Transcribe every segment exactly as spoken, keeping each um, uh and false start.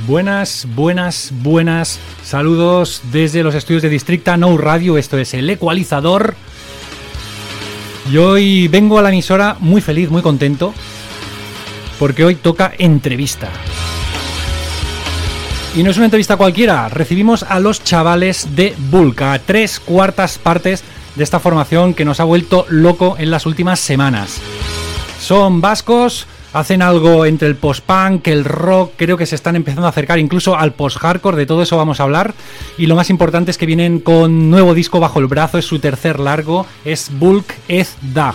Buenas, buenas, buenas. Saludos desde los estudios de Districta Nou Radio. Esto es El Ecualizador. Y hoy vengo a la emisora muy feliz, muy contento, porque hoy toca entrevista. Y no es una entrevista cualquiera. Recibimos a los chavales de Bulk, a tres cuartas partes de esta formación que nos ha vuelto loco en las últimas semanas. Son vascos. Hacen algo entre el post-punk, el rock, creo que se están empezando a acercar incluso al post-hardcore, de todo eso vamos a hablar. Y lo más importante es que vienen con nuevo disco bajo el brazo, es su tercer largo, es Bulk Ez Da.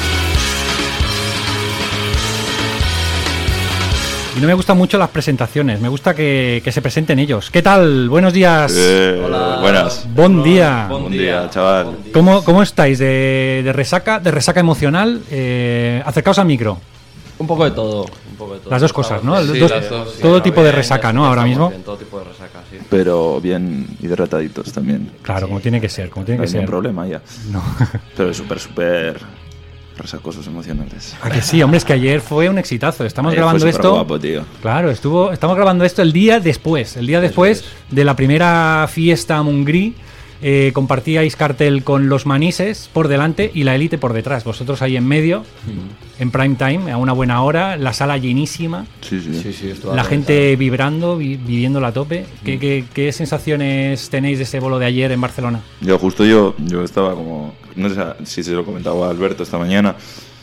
Y no me gustan mucho las presentaciones, me gusta que, que se presenten ellos. ¿Qué tal? Buenos días. Eh, Hola. Buenas. Bon Hola. día. Bon día, chaval. Bon día. ¿Cómo, ¿Cómo estáis? ¿De, de resaca? ¿De resaca emocional? Eh, acercaos al micro. Un poco de todo, un poco de todo. Las dos cosas, ¿no? Sí, dos, las dos, todo sí, tipo bien, de resaca, ¿no? Ahora mismo. Bien, todo tipo de resaca, sí. Pero bien hidrataditos también. Claro, sí. como tiene que ser, como tiene no que ser. No hay ningún problema ya. No. Pero es súper, súper resacosos emocionales. ¿A que sí? Hombre, es que ayer fue un exitazo. Estamos ayer grabando fue esto. Guapo, tío. Claro, estuvo. Estamos grabando esto el día después. El día después es. de la primera fiesta Mungri. Eh, compartíais cartel con los Manises por delante y la Élite por detrás. Vosotros ahí en medio, mm. en prime time, a una buena hora, la sala llenísima, sí, sí. Sí, sí, la gente vibrando, vi- viviéndola a tope. Mm. ¿Qué, qué, ¿Qué sensaciones tenéis de ese bolo de ayer en Barcelona? Yo justo yo, yo estaba como, no sé si se lo comentaba a Alberto esta mañana,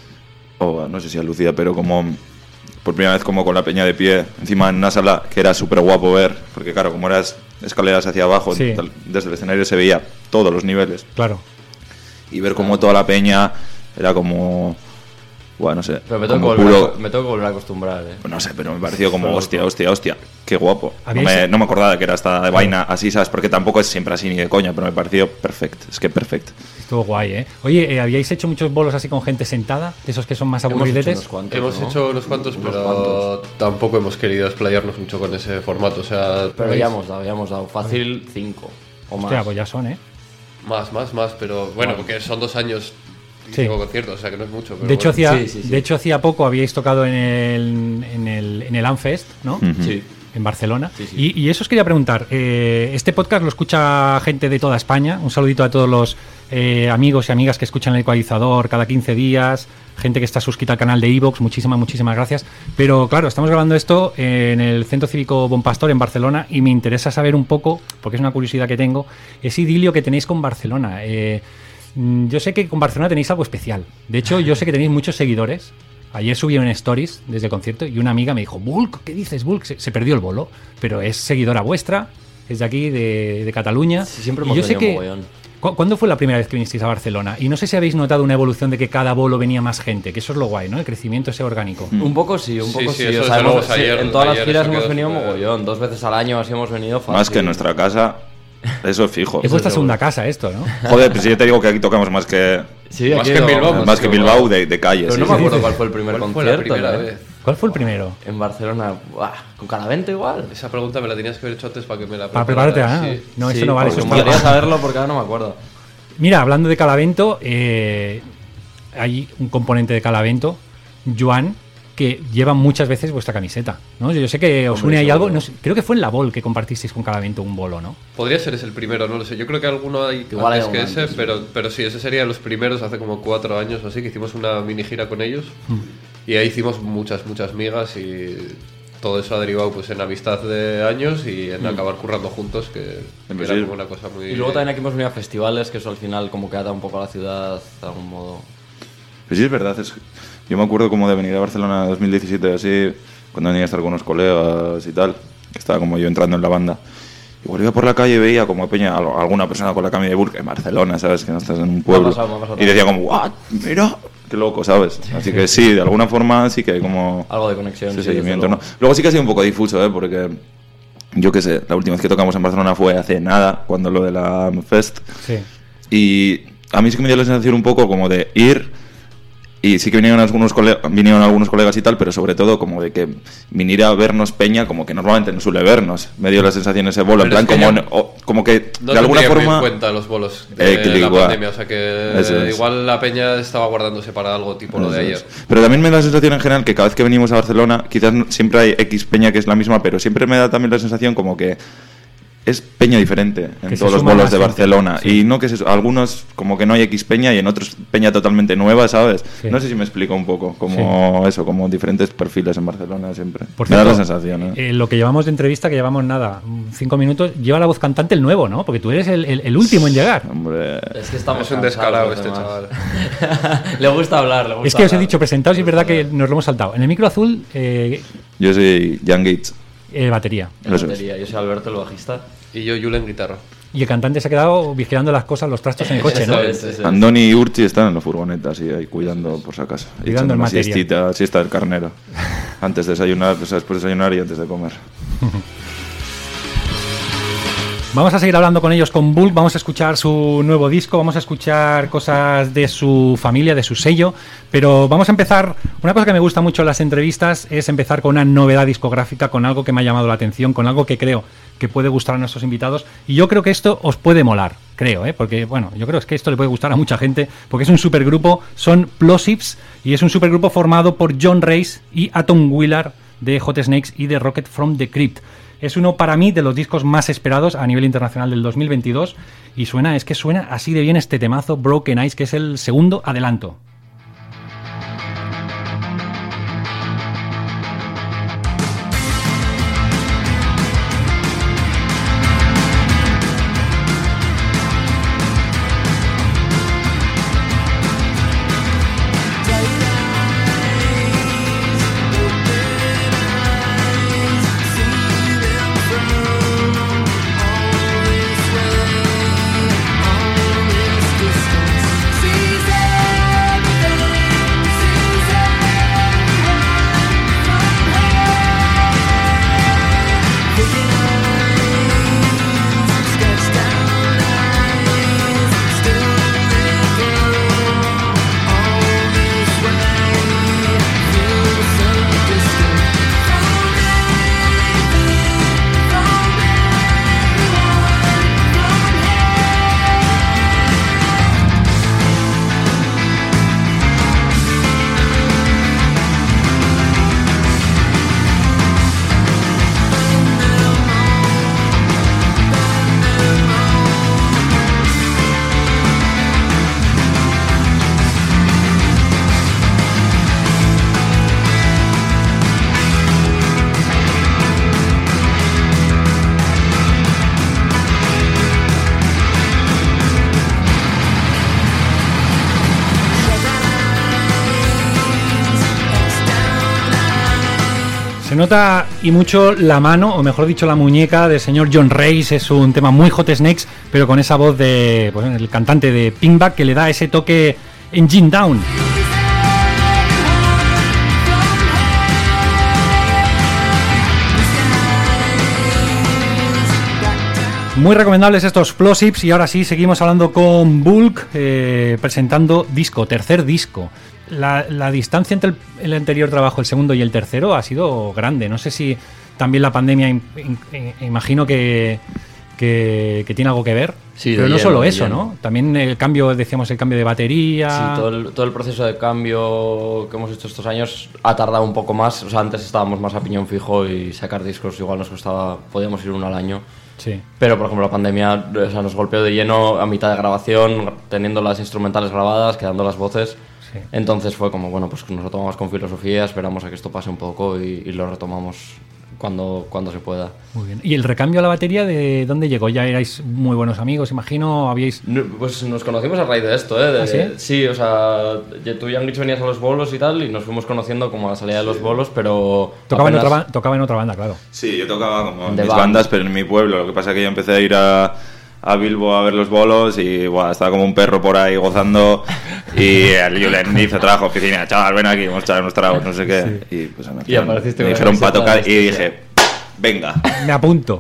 o no sé si a Lucía, pero como por primera vez como con la peña de pie, encima en una sala que era súper guapo ver, porque claro, como eras escaleras hacia abajo, sí. desde el escenario se veía todos los niveles. Claro. Y ver como toda la peña era como, bueno, no sé. Pero me tengo, que puro... volver, a, me tengo que volver a acostumbrar, eh. No sé, pero me pareció como, hostia, hostia, hostia, qué guapo. No ¿Habíais... me, no me acordaba de que era esta de vaina así, ¿sabes? Porque tampoco es siempre así ni de coña, pero me pareció perfecto, es que perfecto. Estuvo guay, ¿eh? Oye, eh, ¿habíais hecho muchos bolos así con gente sentada? De esos que son más aburridetes. Hemos, hemos ¿no? hecho unos cuantos, unos pero cuantos. Tampoco hemos querido explayarnos mucho con ese formato. O sea, pero ya hemos dado, ya hemos dado fácil cinco o más. Hostia, pues ya son, ¿eh? Más, más, más, pero bueno, bueno. porque son dos años y sí. cinco conciertos, o sea que no es mucho. Pero de, hecho, bueno. hacía, sí, sí, sí. de hecho, hacía poco habíais tocado en el, en el, en el Amfest, ¿no? Uh-huh. Sí. En Barcelona. Sí, sí. Y, y eso os quería preguntar. Eh, este podcast lo escucha gente de toda España. Un saludito a todos los eh, amigos y amigas que escuchan El Ecualizador cada quince días. Gente que está suscrita al canal de iVoox. Muchísimas, muchísimas gracias. Pero claro, estamos grabando esto en el Centro Cívico Bon Pastor en Barcelona y me interesa saber un poco, porque es una curiosidad que tengo, ese idilio que tenéis con Barcelona. Eh, yo sé que con Barcelona tenéis algo especial. De hecho, yo sé que tenéis muchos seguidores. Ayer subí en stories desde el concierto y una amiga me dijo, Bulk, ¿qué dices, Bulk? Se, se perdió el bolo, pero es seguidora vuestra, es de aquí, de, de Cataluña. Sí, siempre hemos y yo sé que mogollón. ¿cu- ¿Cuándo fue la primera vez que vinisteis a Barcelona? Y no sé si habéis notado una evolución de que cada bolo venía más gente, que eso es lo guay, ¿no? El crecimiento ese orgánico. Mm. Un poco sí, un poco Sí, sí. sí, o eso sea, desde hemos, luego, sí, ayer- en todas las ayer giras eso hemos quedó venido súper- mogollón. Dos veces al año así hemos venido fácil. Más que en nuestra casa, eso es fijo. Es vuestra segunda casa esto, ¿no? Joder, pues yo te digo que aquí tocamos más que Sí, Más aquí que no- Bilbao, más que Bilbao de, de calle. Pero sí, no sí. me acuerdo cuál fue el primer ¿Cuál fue la concierto. primera ¿eh? vez? ¿Cuál fue el primero? En Barcelona, buah, con Calavento igual. Esa pregunta me la tenías que haber hecho antes para que me la Para prepararas, prepararte, ¿ah? sí. No, eso Sí, no vale. porque Eso me está- gustaría saberlo porque ahora no me acuerdo. Mira, hablando de Calavento, eh, hay un componente de Calavento, Joan, que lleva muchas veces vuestra camiseta, ¿no? Yo sé que os Hombre, une ahí seguro. algo, no sé, creo que fue en la Bol que compartisteis con Calavento un bolo, ¿no? Podría ser ese el primero, no lo sé. Yo creo que alguno hay Igual hay antes que algo ese, antes. pero, pero sí, ese sería los primeros hace como cuatro años o así, que hicimos una mini gira con ellos. Y ahí hicimos muchas, muchas migas y todo eso ha derivado pues en amistad de años y en acabar currando juntos, que, que Pues era sí. como una cosa muy... Y luego también aquí hemos venido a festivales, que eso al final como que ata un poco a la ciudad de algún modo. Pues sí, es verdad. Es... Yo me acuerdo como de venir a Barcelona en dos mil diecisiete, así, cuando venía a estar con unos colegas y tal, que estaba como yo entrando en la banda. Igual iba por la calle y veía como peña, al- alguna persona con la camisa de Bulk en Barcelona, ¿sabes? Que no estás en un pueblo. Me ha pasado, me ha pasado y decía como, ¡what! ¡Mira! ¡Qué loco!, ¿sabes? Así que sí, de alguna forma sí que hay como Algo de conexión. ese sí, seguimiento, desde ¿no? Luego sí que ha sido un poco difuso, ¿eh? Porque yo qué sé, la última vez que tocamos en Barcelona fue hace nada, cuando lo de la Fest. Sí. Y a mí sí que me dio la sensación un poco como de ir Y sí que vinieron algunos, cole- vinieron algunos colegas y tal, pero sobre todo como de que viniera a vernos peña, como que normalmente no suele vernos. Me dio la sensación ese bolo, en Pero plan es que como, yo- o- como que No de alguna tendría muy forma... en cuenta los bolos de Eh, que la digo, pandemia, o sea que eso es. igual la peña estaba guardándose para algo tipo lo de Eso ayer. es. Pero también me da la sensación en general que cada vez que venimos a Barcelona, quizás no- siempre hay X peña que es la misma, pero siempre me da también la sensación como que es peña diferente en Que se todos los suma bolos más de gente, Barcelona. sí. Y no que se, algunos como que no hay X peña y en otros peña totalmente nueva, ¿sabes? Sí. No sé si me explico un poco, como eso, como diferentes perfiles en Barcelona siempre. Por me da cierto, la sensación, ¿eh? eh, lo que llevamos de entrevista, que llevamos nada, cinco minutos, lleva la voz cantante el nuevo, ¿no? Porque tú eres el, el- el último en llegar. Hombre, Es que estamos Es un cansados descarado los este demás. chaval. Le gusta hablar, le gusta Es que os he hablar. dicho presentados y es Le verdad gusta que hablar. nos lo hemos saltado. En el micro azul, eh, yo soy Jan Gates. eh, batería. En Eso es. batería. Yo soy Alberto, el bajista. Y yo, Julen, guitarra. Y el cantante se ha quedado vigilando las cosas, los trastos en el coche, ¿no? Eso es, eso es. Andoni y Urchi están en la furgoneta, así, ahí cuidando por si acaso. Cuidando Echando el una material. siestita, siesta del carnero. Antes de desayunar, o sea, después de desayunar y antes de comer. Vamos a seguir hablando con ellos, con Bulk, vamos a escuchar su nuevo disco, vamos a escuchar cosas de su familia, de su sello, pero vamos a empezar, una cosa que me gusta mucho en las entrevistas es empezar con una novedad discográfica, con algo que me ha llamado la atención, con algo que creo que puede gustar a nuestros invitados, y yo creo que esto os puede molar, creo, ¿eh? Porque, bueno, yo creo es que esto le puede gustar a mucha gente, porque es un supergrupo, son Plosives, y es un supergrupo formado por John Race y Atom Wheeler de Hot Snakes y de Rocket from the Crypt. Es uno para mí de los discos más esperados a nivel internacional del dos mil veintidós y suena, es que suena así de bien este temazo Broken Eyes, que es el segundo adelanto. Se nota y mucho la mano, o mejor dicho la muñeca del señor John Race. Es un tema muy Hot Snakes, pero con esa voz de pues, el cantante de Pinkback que le da ese toque Engine Down. Muy recomendables estos Plosives. Y ahora sí, seguimos hablando con Bulk, eh, presentando disco, tercer disco. La, la distancia entre el, el anterior trabajo, el segundo y el tercero, ha sido grande. No sé si también la pandemia, im- im- imagino que, que, que tiene algo que ver. Sí, de pero no lleno, solo de eso, lleno. ¿no? También el cambio, decíamos, el cambio de batería. Sí, todo el, todo el proceso de cambio que hemos hecho estos años ha tardado un poco más. O sea, antes estábamos más a piñón fijo y sacar discos igual nos costaba, podíamos ir uno al año. Sí. Pero, por ejemplo, la pandemia o sea, nos golpeó de lleno a mitad de grabación, teniendo las instrumentales grabadas, quedando las voces. Sí. Entonces fue como, bueno, pues nos lo tomamos con filosofía, esperamos a que esto pase un poco y, y lo retomamos cuando, cuando se pueda. Muy bien. ¿Y el recambio a la batería de dónde llegó? Ya erais muy buenos amigos, imagino, habíais... No, Pues nos conocimos a raíz de esto, ¿eh? De- ¿Ah, sí? o sea, ya- tú y Angich venías a los bolos y tal, y nos fuimos conociendo como a la salida de los bolos, pero... Tocaba, en apenas- otra, ba- tocaba en otra banda, claro. Sí, yo tocaba como en De mis band. bandas, pero en mi pueblo. Lo que pasa es que yo empecé a ir a, a Bilbo a ver los bolos y buah, estaba como un perro por ahí gozando. Y el Julen dice, trajo oficina, chaval, ven aquí, vamos a echar unos tragos, no sé qué. Y pues me, Y apareciste me con dijeron la para camiseta tocar de y anestesia. dije, venga. Me apunto.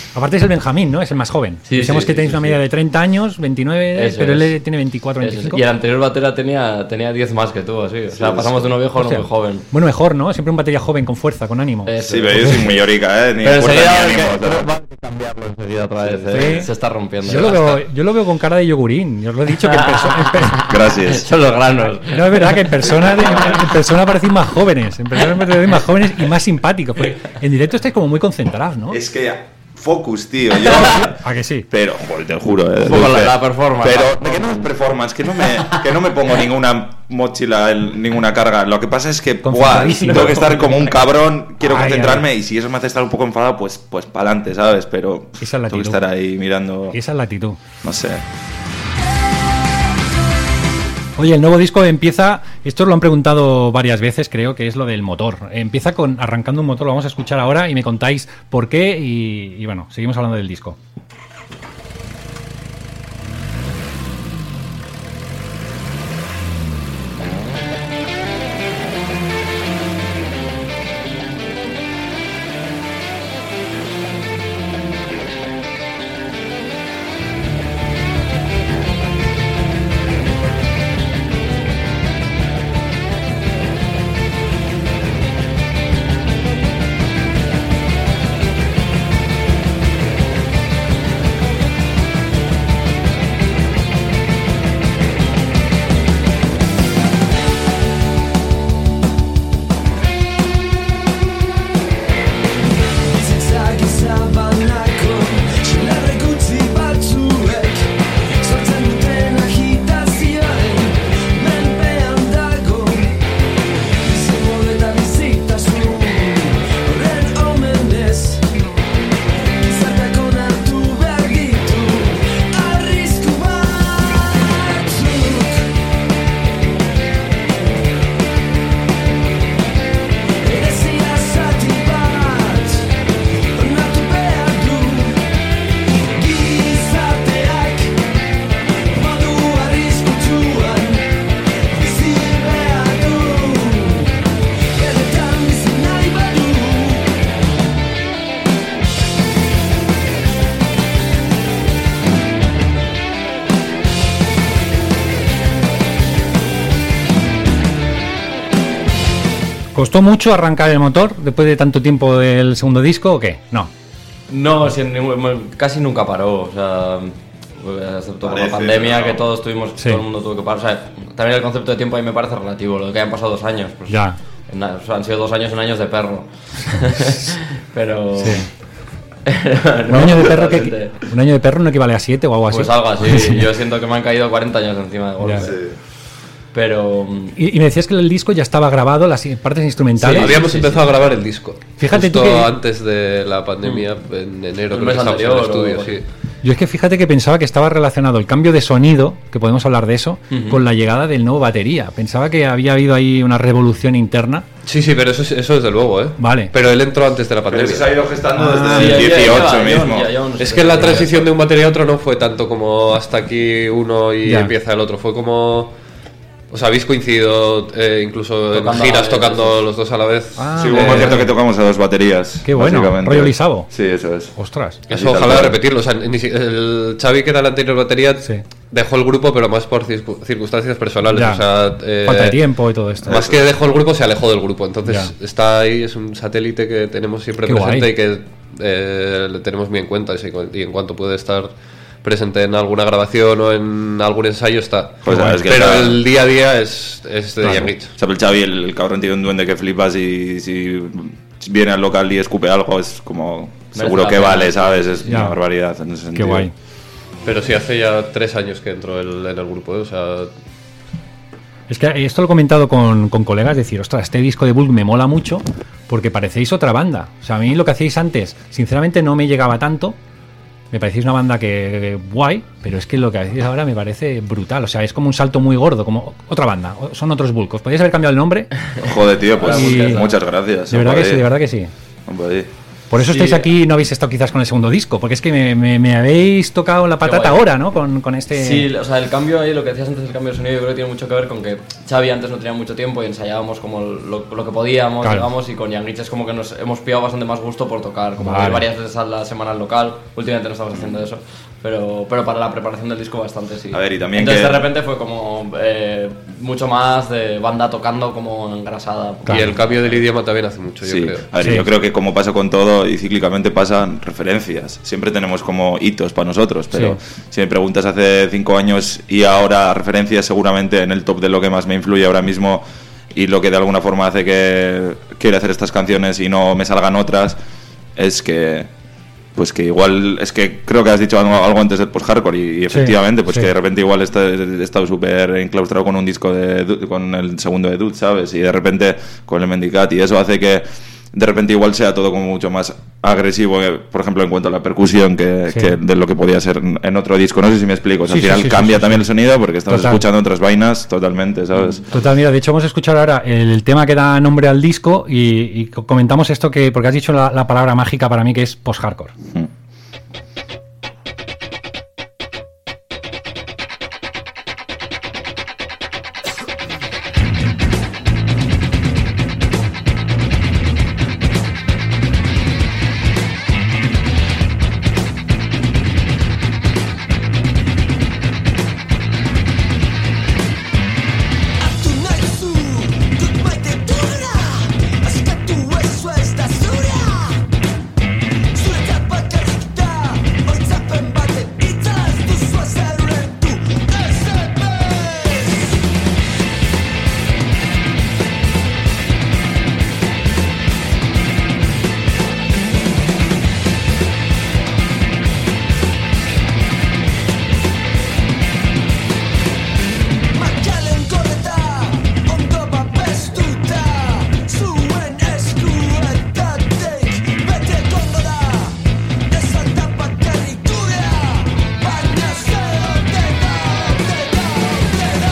Aparte es el Benjamín, ¿no? Es el más joven. Sí, Decíamos sí, que sí, tenéis sí, una media sí. de treinta años, veintinueve, Eso pero es. él tiene veinticuatro, Eso es. veinticinco. Y el anterior batera tenía, tenía diez más que tú, así. O sea, pasamos de uno viejo a uno Hostia. muy joven. Bueno, mejor, ¿no? Siempre un batería joven, con fuerza, con ánimo. Eso. Sí, pero yo soy muy llorica, ¿eh? Ni Pero fuerza enseguida ni que- ánimo, pero tal. va a cambiarlo enseguida otra vez. ¿eh? Sí. Se está rompiendo. Yo ya lo, veo, está. yo lo veo con cara de yogurín. Yo os lo he dicho que en persona... Gracias. Son los granos. No, es verdad que en persona, en, en persona parecéis más jóvenes. En persona parecéis más jóvenes y más simpáticos. Porque en directo estáis como muy concentrados, ¿no? Es que focus, tío. Yo... ¿A que sí? Pero, joder, te juro, eh. Un poco la- Pero- la performance. Pero, que no es performance, que no me, que no me pongo ninguna mochila, el- ninguna carga. Lo que pasa es que, buah, Concentradísimo. tengo que estar como un cabrón, quiero Ay, concentrarme ay. y si eso me hace estar un poco enfadado, pues, pues para adelante, ¿sabes? Pero Esa es la tengo que actitud. estar ahí mirando, Esa es la actitud. no sé. Oye, el nuevo disco empieza, esto lo han preguntado varias veces, creo que es lo del motor. Empieza con arrancando un motor, lo vamos a escuchar ahora y me contáis por qué y, y bueno, seguimos hablando del disco. ¿Costó mucho arrancar el motor después de tanto tiempo del segundo disco o qué? No. No, si en ningún- casi nunca paró. O sea, excepto por Parece, la pandemia, pero no. que todos tuvimos, Sí. todo el mundo tuvo que parar. O sea, también el concepto de tiempo ahí me parece relativo, lo de que hayan pasado dos años. Pues, Ya. en- o sea, han sido dos años en años de perro. Pero. Sí. No, Un año de perro que, realmente. un año de perro no equivale a siete o algo así. Pues algo así. Yo siento que me han caído cuarenta años encima de golpe. Ya. Sí. Pero. Y, y me decías que el disco ya estaba grabado, las partes instrumentales. Habíamos sí, empezado a grabar el disco. Fíjate tú justo que- antes de la pandemia, en enero, El creo que mes estábamos en el anterior, estudio, o- sí. Yo es que fíjate que pensaba que estaba relacionado el cambio de sonido, que podemos hablar de eso, con la llegada del nuevo batería. Pensaba que había habido ahí una revolución interna. Sí, sí, pero eso, es- eso desde luego, ¿eh? Vale. Pero él entró antes de la Pero pandemia. eso se ha ido gestando Ah, desde Sí, el ya- ya dieciocho lleva- mismo. ya- ya lleva unos Es que la siete transición de un batería a otro no fue tanto como hasta aquí uno y Ya. empieza el otro. Fue como. O sea, habéis coincidido eh, incluso Tocando en a la giras vez, tocando sí. los dos a la vez. Ah, Sí, hubo un Eh, concierto que tocamos a dos baterías. Qué bueno, básicamente. rollo Lisabo. Sí, eso es. Ostras. Así Eso tal ojalá cual. repetirlo. O sea, ni si- el Xavi, que era el anterior batería, Sí. dejó el grupo, pero más por circu- circunstancias personales. Ya. O sea, eh, Falta de tiempo y todo esto. Más que dejó el grupo, se alejó del grupo. Entonces Ya. está ahí, es un satélite que tenemos siempre Qué presente guay. y que eh, le tenemos muy en cuenta. Y, y en cuanto puede estar presente en alguna grabación o en algún ensayo, está. Pues, sabes que Pero está- el día a día es, es de Claro. Yanguich. O sea, el Xavi, el, el cabrón tiene un duende que flipas y si viene al local y escupe algo, es como seguro la que pena. vale, ¿sabes? Es Ya. una barbaridad en ese Qué sentido. guay. Pero sí, hace ya tres años que entró él en el grupo. ¿eh? O sea, Es que esto lo he comentado con, con colegas, decir, ostras, este disco de Bulk me mola mucho porque parecéis otra banda. O sea, a mí lo que hacíais antes, sinceramente no me llegaba tanto. Me parecéis una banda que, que guay, pero es que lo que hacéis ahora me parece brutal. O sea, es como un salto muy gordo, como otra banda. o- Son otros Bulk. ¿Os podéis haber cambiado el nombre? Joder, tío, pues Y- muchas gracias. De verdad Hombre, que sí, de verdad que sí. hombre, Por eso Sí. estáis aquí y no habéis estado quizás con el segundo disco, porque es que me, me, me habéis tocado la patata guay. ahora, ¿no? Con, con este... Sí, o sea, el cambio ahí, lo que decías antes del cambio de sonido, yo creo que tiene mucho que ver con que Xavi antes no tenía mucho tiempo y ensayábamos como lo, lo que podíamos, Claro. digamos, y con Yanguich es como que nos hemos pillado bastante más gusto por tocar, como Vale. ir varias veces a la semana al local. Últimamente no estamos haciendo eso, pero, pero para la preparación del disco bastante, sí. A ver, y también Entonces que- de repente fue como eh, mucho más de banda tocando como engrasada. Y el cambio del idioma también hace mucho, yo Sí, creo. a ver, Sí. yo creo que como pasa con todo y cíclicamente pasan referencias. Siempre tenemos como hitos para nosotros, pero Sí. si me preguntas hace cinco años y ahora referencias, seguramente en el top de lo que más me influye ahora mismo y lo que de alguna forma hace que quiera hacer estas canciones y no me salgan otras, es que pues que igual, es que creo que has dicho algo, algo antes del post-hardcore y, y efectivamente, pues sí. que de repente igual está- he estado súper enclaustrado con un disco de Du- con el segundo de Dude, ¿sabes? Y de repente con el Mendicat y eso hace que de repente igual sea todo como mucho más agresivo, eh, por ejemplo, en cuanto a la percusión que, Sí. que de lo que podía ser en en otro disco. No sé si me explico. O sea, Sí, al sí, final sí, sí, cambia sí, también sí. el sonido porque estamos Total. escuchando otras vainas totalmente, ¿sabes? Total, mira, de hecho vamos a escuchar ahora el tema que da nombre al disco y, y co- comentamos esto que, porque has dicho la, la palabra mágica para mí que es post-hardcore. Mm. Hartu naizu, dut maite duena, askatu ezua ez da zurea. Zuretzat bakarrik da, oitzapen baten itzalaz duzua zerrentu ez ebez. Makalen gorreta, ondo babestuta, zuen eskuetatik bete gongo da. Ez da bakarrik gurea, baina zer ote da, ote da, ote da.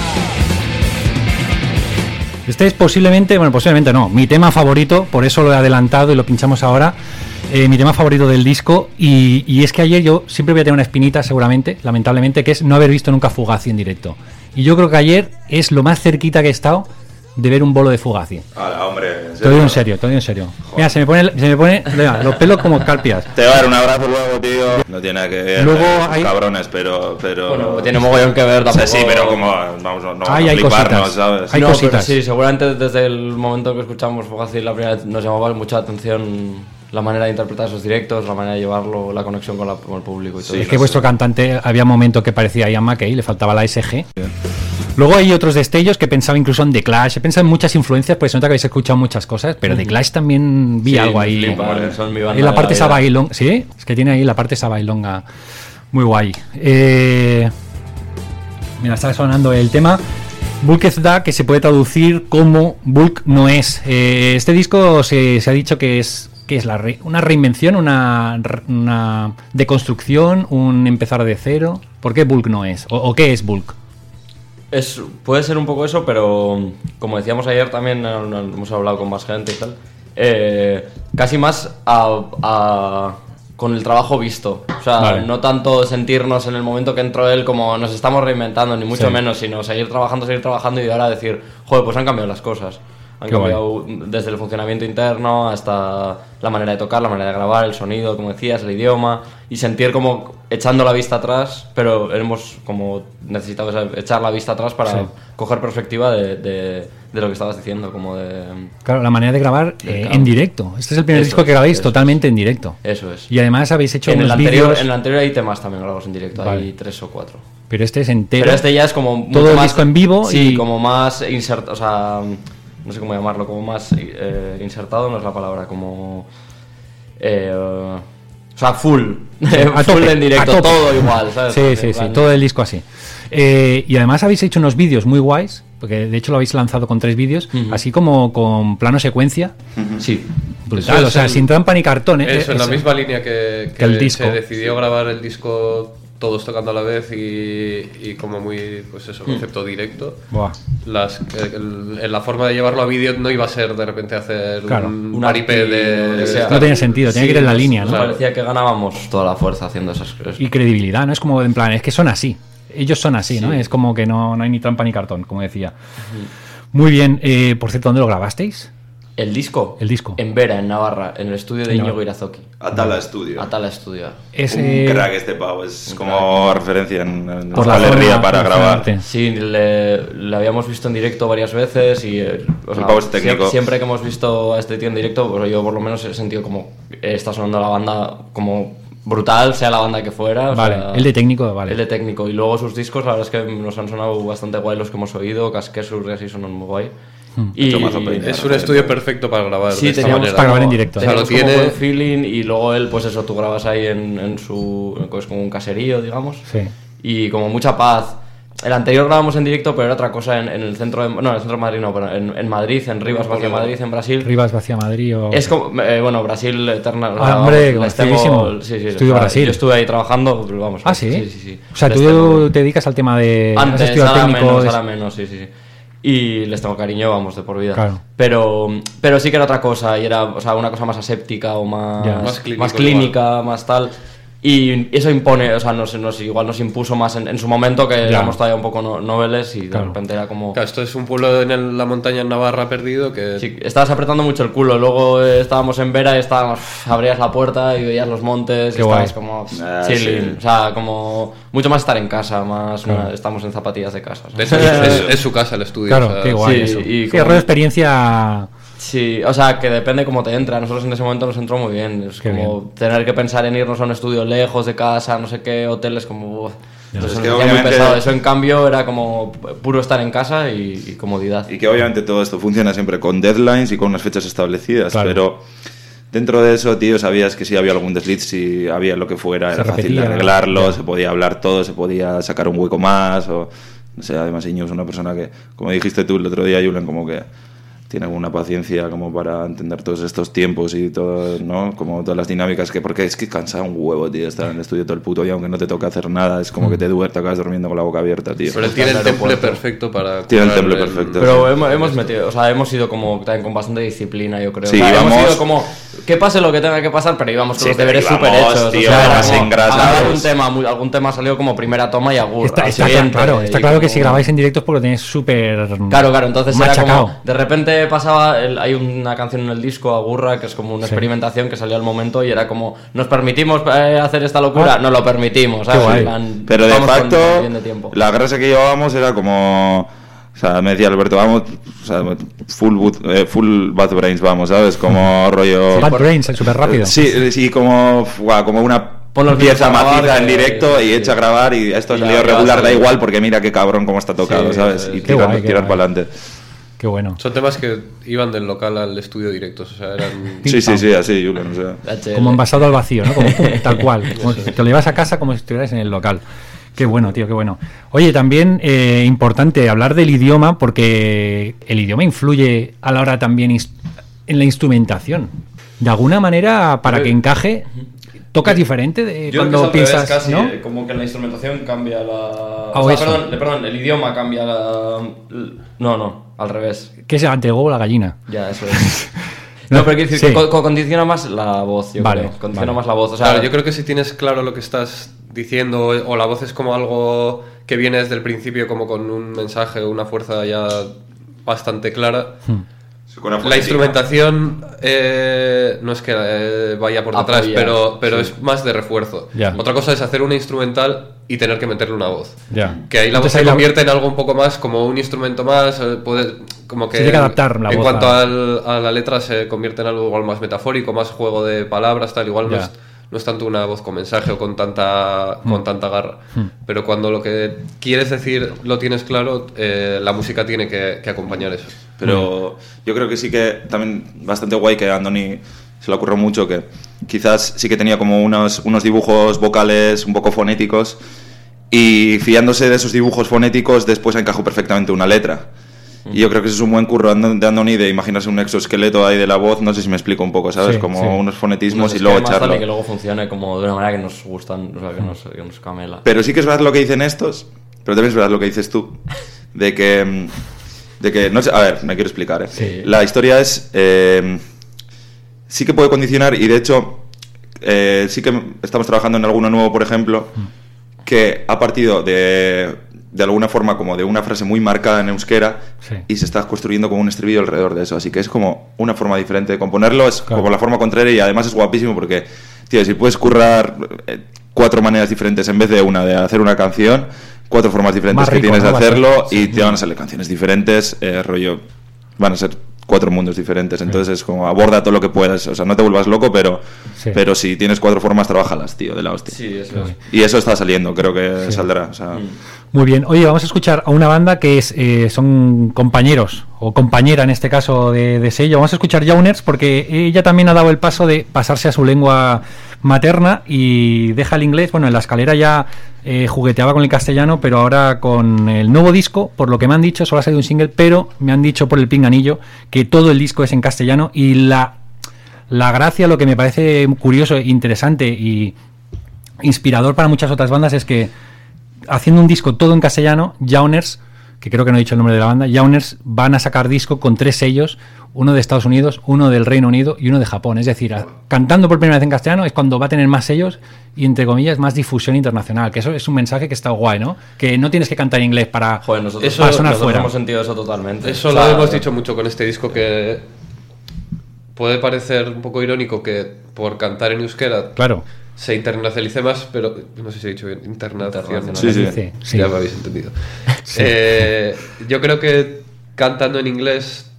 Este es posiblemente, bueno, posiblemente no, mi tema favorito, por eso lo he adelantado y lo pinchamos ahora. Eh, mi tema favorito del disco y, y es que ayer yo siempre voy a tener una espinita seguramente, lamentablemente, que es no haber visto nunca Fugazi en directo. Y yo creo que ayer es lo más cerquita que he estado de ver un bolo de Fugazi. Hala, hombre, ¿en Te lo digo en serio, te lo digo en serio. Mira, se me pone, se me pone mira, los pelos como escarpias. Te va a dar un abrazo luego, tío. No tiene nada que ver. Luego eh, esos hay- cabrones, pero. pero... Bueno, tiene mogollón que ver O sea, tampoco. sí, pero como. Vamos, no vamos Ay, a hay fliparnos, cositas. ¿sabes? Hay no, cositas. pero sí, seguramente desde el momento que escuchamos Fugazi la primera vez nos llamaba mucha atención la manera de interpretar esos directos, la manera de llevarlo, la conexión con, la- con el público y todo Sí, Es eso. que vuestro cantante había momentos que parecía Ian McKay, le faltaba la S G. Luego hay otros destellos que pensaba incluso en The Clash. He pensado en muchas influencias, pues se nota que habéis escuchado muchas cosas, pero The Clash también vi Sí, algo me ahí. flipan, son mi banda Y la de parte esa vida. bailonga, sí, es que tiene ahí la parte esa bailonga muy guay. Eh, mira, está sonando el tema Bulk es da, que se puede traducir como Bulk no es. Eh, este disco se, se ha dicho que es que es la re- una reinvención, una, re- una deconstrucción, un empezar de cero. ¿Por qué Bulk no es? ¿O, o qué es Bulk? Es, puede ser un poco eso, pero como decíamos ayer también, eh, hemos hablado con más gente y tal, eh, casi más a, a- con el trabajo visto. O sea, Vale. no tanto sentirnos en el momento que entró él como nos estamos reinventando, ni mucho Sí. menos, sino seguir trabajando, seguir trabajando y ahora decir, joder, pues han cambiado las cosas. Han Qué guay. cambiado desde el funcionamiento interno hasta la manera de tocar, la manera de grabar, el sonido, como decías, el idioma, y sentir como echando la vista atrás, pero hemos como necesitado esa- echar la vista atrás para Sí. coger perspectiva de, de- de lo que estabas diciendo, como de... Claro, la manera de grabar eh, Claro. en directo. Este es el primer Eso disco que es, grabéis eso totalmente en directo. Eso es. Y además habéis hecho En el, unos anterior, vídeos, en el anterior hay temas también grabados en directo, Vale. hay tres o cuatro. pero este es entero. Pero este ya es como mucho todo el más, disco en vivo sí, y como más insertado, o sea, no sé cómo llamarlo, como más eh, insertado no es la palabra, como eh, o sea, full, a full tope, en directo, a tope. todo igual, ¿sabes? Sí, En sí, sí, plan- todo el disco así. Eh, y además habéis hecho unos vídeos muy guays, porque de hecho lo habéis lanzado con tres vídeos, Ujú. así como con plano secuencia. Sí. Brutal, Eso es o sea, el- sin trampa ni cartón. ¿eh? Eso, en la Eso. misma línea que, que el que disco. se decidió grabar el disco todos tocando a la vez y, y como muy, pues eso, concepto directo. Buah. Las, el, el- la forma de llevarlo a vídeo no iba a ser de repente hacer Claro. un Un paripé acti- de... lo que sea. No tenía sentido, tenía que ir en la nos- línea, nos ¿no? parecía que ganábamos toda la fuerza haciendo esas cosas. Y credibilidad, ¿no? Es como en plan, es que son así. Ellos son así, ¿no? Es como que no, no hay ni trampa ni cartón, como decía. Muy bien. Eh, por cierto, ¿dónde lo grabasteis? El disco. El disco. En Vera, en Navarra, en el estudio de En Íñigo Navarra. Irazoki. Atala Studio. Atala Estudio. Es, Un eh, crack este pavo, es como referencia en, en por la Euskal Herria forma para de grabar. hacerte. Sí, le, le habíamos visto en directo varias veces y eh, o sea, pavo es técnico. sie- siempre que hemos visto a este tío en directo, pues yo por lo menos he sentido como eh, está sonando la banda como brutal, sea la banda que fuera. o Vale, sea, el de técnico, vale. El de técnico. Y luego sus discos, la verdad es que nos han sonado bastante guay los que hemos oído, Casquesur y así sonan muy guay. Y Tomazo Peña. Es un estudio perfecto para grabar Sí, de esta teníamos manera. para grabar en directo. O sea, lo teníamos como tiene... buen feeling y luego él, pues eso, tú grabas ahí en, en su, pues como un caserío, digamos. Sí. Y como mucha paz. El anterior grabamos en directo, pero era otra cosa en, en el centro de, no, en el centro de Madrid no, pero en, en Madrid, en Rivas, Vacia Madrid, en Brasil. Rivas Vacía Madrid o... Es como, eh, bueno, Brasil eterna. o Ah, sea, hombre, vamos, les conocidísimo. tengo- sí, sí, Estudio o sea, Brasil. Yo estuve ahí trabajando, pero vamos. Ah, ¿sí? Sí, sí, sí. O sea, Les tú tengo- te dedicas al tema de... has Antes, estudiado ahora técnico, menos, es- ahora menos, sí, sí, sí. Y les tengo cariño, vamos, de por vida. Claro. Pero, pero sí que era otra cosa, y era, o sea, una cosa más aséptica o más, Ya. Más clínico más clínica, más tal. Y eso impone, o sea, nos, nos, igual nos impuso más en, en su momento, que Ya. éramos todavía un poco no- noveles y de Claro. repente era como... Claro, esto es un pueblo en el- la montaña en Navarra perdido que... Sí, estabas apretando mucho el culo, luego eh, estábamos en Vera y estábamos, abrías la puerta y veías los montes Qué y guay. estabas como Ah, chilling, sí. o sea, como mucho más estar en casa, más Claro. una- estamos en zapatillas de casa. De ¿sabes? hecho, es, es su casa el estudio. Claro, o sea, qué guay sí, eso. y Sí, como- rollo experiencia... Sí, o sea, que depende cómo te entra. A nosotros en ese momento nos entró muy bien. Es Qué como bien. tener que pensar en irnos a un estudio lejos de casa, no sé qué, hoteles, como... uf, Entonces, Es nos que hacía muy obviamente- pesado. Eso, en cambio, era como puro estar en casa y, y comodidad. Y que obviamente todo esto funciona siempre con deadlines y con unas fechas establecidas, Claro. pero dentro de eso, tío, sabías que si había algún desliz, si había lo que fuera, Se era fácil repetía, de arreglarlo, ya. se podía hablar todo, se podía sacar un hueco más, o no sé, además Iñigo es una persona que, como dijiste tú el otro día, Julen, como que tiene alguna paciencia como para entender todos estos tiempos y todo, ¿no? Como todas las dinámicas, que porque es que cansa un huevo, tío, estar en el estudio todo el puto día, aunque no te toca hacer nada, es como que te duermes, te acabas durmiendo con la boca abierta, tío. Pero él tiene el Claro, temple puerto. perfecto para... Tiene el curar temple perfecto. Pero sí. hemos, hemos metido, o sea, hemos ido como también con bastante disciplina, yo creo. Sí, O sea, hemos íbamos- ido como que pase lo que tenga que pasar, pero íbamos con Sí, los pero deberes íbamos, súper hechos. tío, o sea, era sin como, grasa, agarrar pues. un tema, muy- algún tema salió como primera toma y agur. Está, al está siguiente, claro, está y claro que como- si grabáis en directo es porque lo tenéis súper... Claro, claro, entonces machacado. era como. De repente pasaba. el- hay una canción en el disco, Agurra, que es como una Sí. experimentación que salió al momento y era como. ¿Nos permitimos eh, hacer esta locura? Ah. No lo permitimos, Qué ¿sabes? guay. En plan, Pero de vamos con facto, bien de tiempo. la grasa que llevábamos era como... O sea, me decía Alberto, vamos, o sea, full, boot- eh, full Bad Brains, vamos, ¿sabes? Como rollo... Bad Brains, súper rápido. Sí, sí, como, fuá, como una Pon los pieza vídeos a grabar, maciza en que- directo y sí. hecha a grabar y esto ha Y salido ya- ya regular, da salió. igual porque mira qué cabrón cómo está tocado, Sí, ¿sabes? eso Y es. Qué tirar, guay, qué tirar guay. para adelante. Qué bueno. Son temas que iban del local al estudio directos, o sea, eran... Sí, sí, sí, así, Julen, o sea... H L. Como envasado al vacío, ¿no? Como, tal cual. Como si te lo llevas a casa como si estuvieras en el local. Qué bueno, tío, qué bueno. Oye, también eh, importante hablar del idioma porque el idioma influye a la hora también ins- en la instrumentación. De alguna manera, para que encaje, tocas diferente de Yo cuando creo que es al piensas, revés casi, ¿no? eh, como que la instrumentación cambia la... Ah, o sea, eso. perdón, le- perdón, el idioma cambia la... No, no, al revés. ¿Qué es ante el huevo o la gallina? Ya, eso es. No, pero quiero decir, Sí. co- co- condiciona más la voz, yo Vale, creo. Condiciona vale. más la voz. O sea, Claro, yo creo que si tienes claro lo que estás diciendo o la voz es como algo que viene desde el principio como con un mensaje o una fuerza ya bastante clara. Con una La fonética. instrumentación eh, no es que eh, vaya por detrás, Apoya, pero, pero sí. es más de refuerzo. Ya. Otra cosa es hacer una instrumental y tener que meterle una voz. Ya. Que ahí la Entonces voz se ahí la- convierte en algo un poco más como un instrumento más, eh, puede, como que... Se tiene que adaptar la en voz cuanto a- al- a la letra se convierte en algo igual más metafórico, más juego de palabras, tal, igual no Ya. es, no es tanto una voz con mensaje o con tanta, Mm. con tanta garra. Pero cuando lo que quieres decir lo tienes claro, eh, la música tiene que, que acompañar eso. Pero yo creo que sí que también bastante guay que a Andoni se le ocurrió mucho que quizás sí que tenía como unos, unos dibujos vocales un poco fonéticos y fiándose de esos dibujos fonéticos después encajó perfectamente una letra. Y yo creo que ese es un buen curro de Andoni de imaginarse un exoesqueleto ahí de la voz, no sé si me explico un poco, ¿sabes? Sí, como sí. unos fonetismos Unos y luego esquemas, tal, echarlo. y que luego funcione como de una manera que nos gustan, o sea, que nos, que nos camela. Pero sí que es verdad lo que dicen estos, pero también es verdad lo que dices tú, de que... mm, de que no sé, a ver, me quiero explicar, ¿eh? Sí. La historia es... eh, sí que puede condicionar y de hecho eh, sí que estamos trabajando en alguno nuevo, por ejemplo, que ha partido de, de alguna forma como de una frase muy marcada en euskera Sí. y se está construyendo como un estribillo alrededor de eso, así que es como una forma diferente de componerlo, es Claro. como la forma contraria y además es guapísimo porque, tío, si puedes currar eh, cuatro maneras diferentes en vez de una de hacer una canción, cuatro formas diferentes Más que rico, tienes ¿no? de Va a ser. hacerlo y Sí. te van a salir canciones diferentes, eh, rollo, van a ser cuatro mundos diferentes, entonces es como aborda todo lo que puedas, o sea, no te vuelvas loco, pero Sí. pero si tienes cuatro formas, trabájalas, tío, de la hostia. Sí, eso es. Y eso está saliendo, creo que saldrá, o sea, Muy bien. Oye, vamos a escuchar a una banda que es eh, son compañeros, o compañera en este caso de, de sello. Vamos a escuchar Jauners porque ella también ha dado el paso de pasarse a su lengua materna y deja el inglés. Bueno, en la escalera ya eh, jugueteaba con el castellano, pero ahora con el nuevo disco, por lo que me han dicho, solo ha salido un single, pero me han dicho por el pinganillo que todo el disco es en castellano y la, la gracia, lo que me parece curioso, interesante y inspirador para muchas otras bandas es que haciendo un disco todo en castellano, Jauners, que creo que no he dicho el nombre de la banda, Jauners van a sacar disco con tres sellos, uno de Estados Unidos, uno del Reino Unido y uno de Japón. Es decir, a- cantando por primera vez en castellano es cuando va a tener más sellos y, entre comillas, más difusión internacional. Que eso es un mensaje que está guay, ¿no? Que no tienes que cantar en inglés para, Joder, nosotros, Eso- para sonar nosotros fuera. hemos sentido eso totalmente. Eso O sea, lo hemos dicho mucho con este disco, que puede parecer un poco irónico que por cantar en euskera Claro. se internacionalice más, pero no sé si he dicho bien, internacional. Sí, sí. Sí, sí. Ya me habéis entendido. Eh, yo creo que cantando en inglés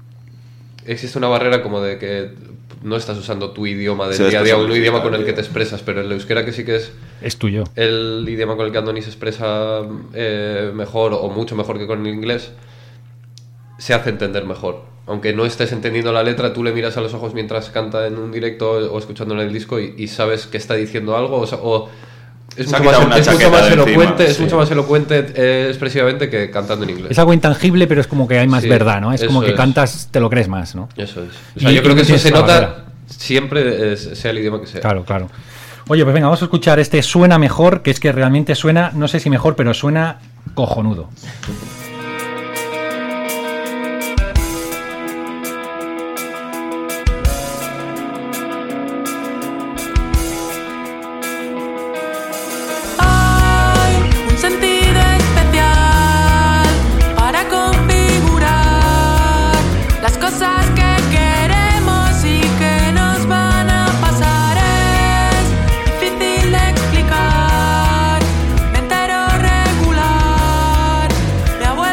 existe una barrera como de que no estás usando tu idioma del Se día a día, un despersonifica, idioma con el tío. que te expresas, pero el euskera que sí que es Es tuyo. el idioma con el que Andoni se expresa eh, mejor o mucho mejor que con el inglés, se hace entender mejor. Aunque no estés entendiendo la letra, tú le miras a los ojos mientras canta en un directo o escuchando en el disco y, y sabes que está diciendo algo o, sa- o es, Se ha mucho quitado más, una es mucho chaqueta más de encima, elocuente, es sí. mucho más elocuente eh, expresivamente que cantando en inglés. Es algo intangible, pero es como que hay más Sí, verdad, ¿no? Es como eso que es. cantas, te lo crees más, ¿no? Eso es. O sea, Y- yo creo y que eso tienes se esa nota barrera. siempre, eh, sea el idioma que sea. Claro, claro. Oye, pues venga, vamos a escuchar este Suena Mejor, que es que realmente suena, no sé si mejor, pero suena cojonudo. Hay un sentido especial para configurar las cosas que queremos y que nos van a pasar. Es difícil de explicar, me entero regular, me ha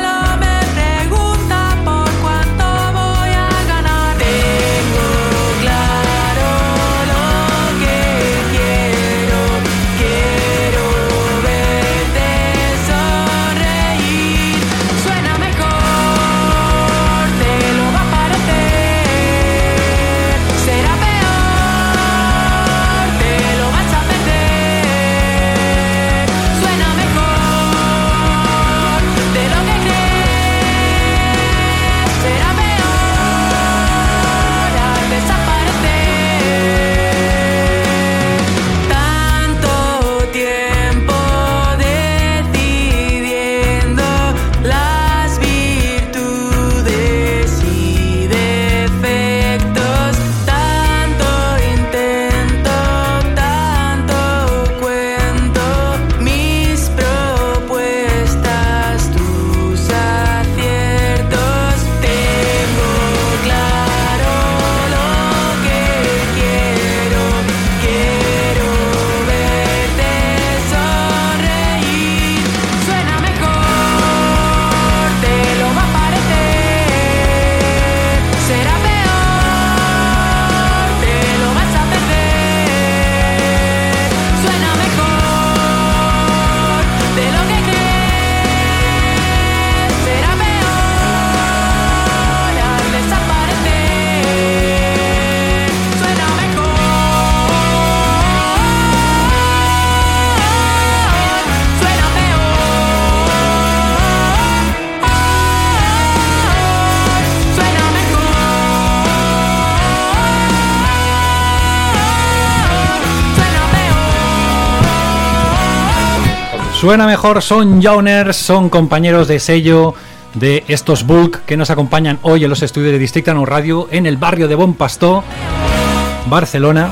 Suena mejor, son Jauners, son compañeros de sello de estos Bulk que nos acompañan hoy en los estudios de Districte Nou Radio en el barrio de Bon Pastor, Barcelona.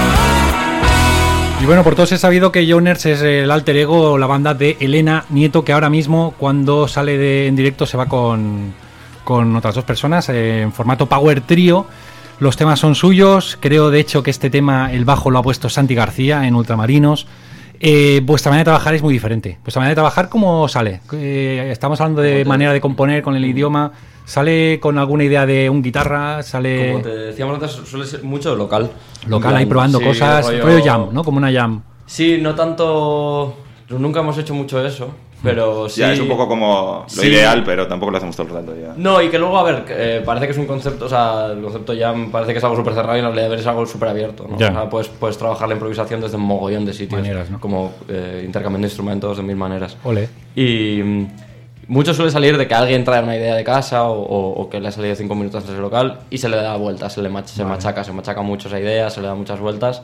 Y bueno, por todos he sabido que Jauners es el alter ego, la banda de Elena Nieto, que ahora mismo cuando sale de, en directo se va con, con otras dos personas eh, en formato Power Trio. Los temas son suyos, creo de hecho que este tema, el bajo lo ha puesto Santi García en Ultramarinos. Eh, vuestra manera de trabajar es muy diferente. Vuestra manera de trabajar, ¿cómo sale? Eh, estamos hablando de manera de componer con el idioma. ¿Sale con alguna idea de un guitarra? ¿Sale...? Como te decíamos antes, suele ser mucho local. Local, ahí probando sí, cosas. rollo... rollo jam, ¿no? Como una jam. Sí, no tanto... Nunca hemos hecho mucho eso, pero sí... Ya, es un poco como lo sí. ideal, pero tampoco lo hacemos todo el rato ya. No, y que luego, a ver, eh, parece que es un concepto, o sea, el concepto jam parece que es algo súper cerrado y en realidad es algo súper abierto, ¿no? Ya. O sea, puedes, puedes trabajar la improvisación desde un mogollón de sitios. Maneras, ¿no? Como eh, intercambiando instrumentos de mil maneras. Ole. Y mm, mucho suele salir de que alguien trae una idea de casa o, o, o que le ha salido cinco minutos antes del local y se le da vueltas, se le mach- se Vale. machaca, se machaca mucho esa idea, se le da muchas vueltas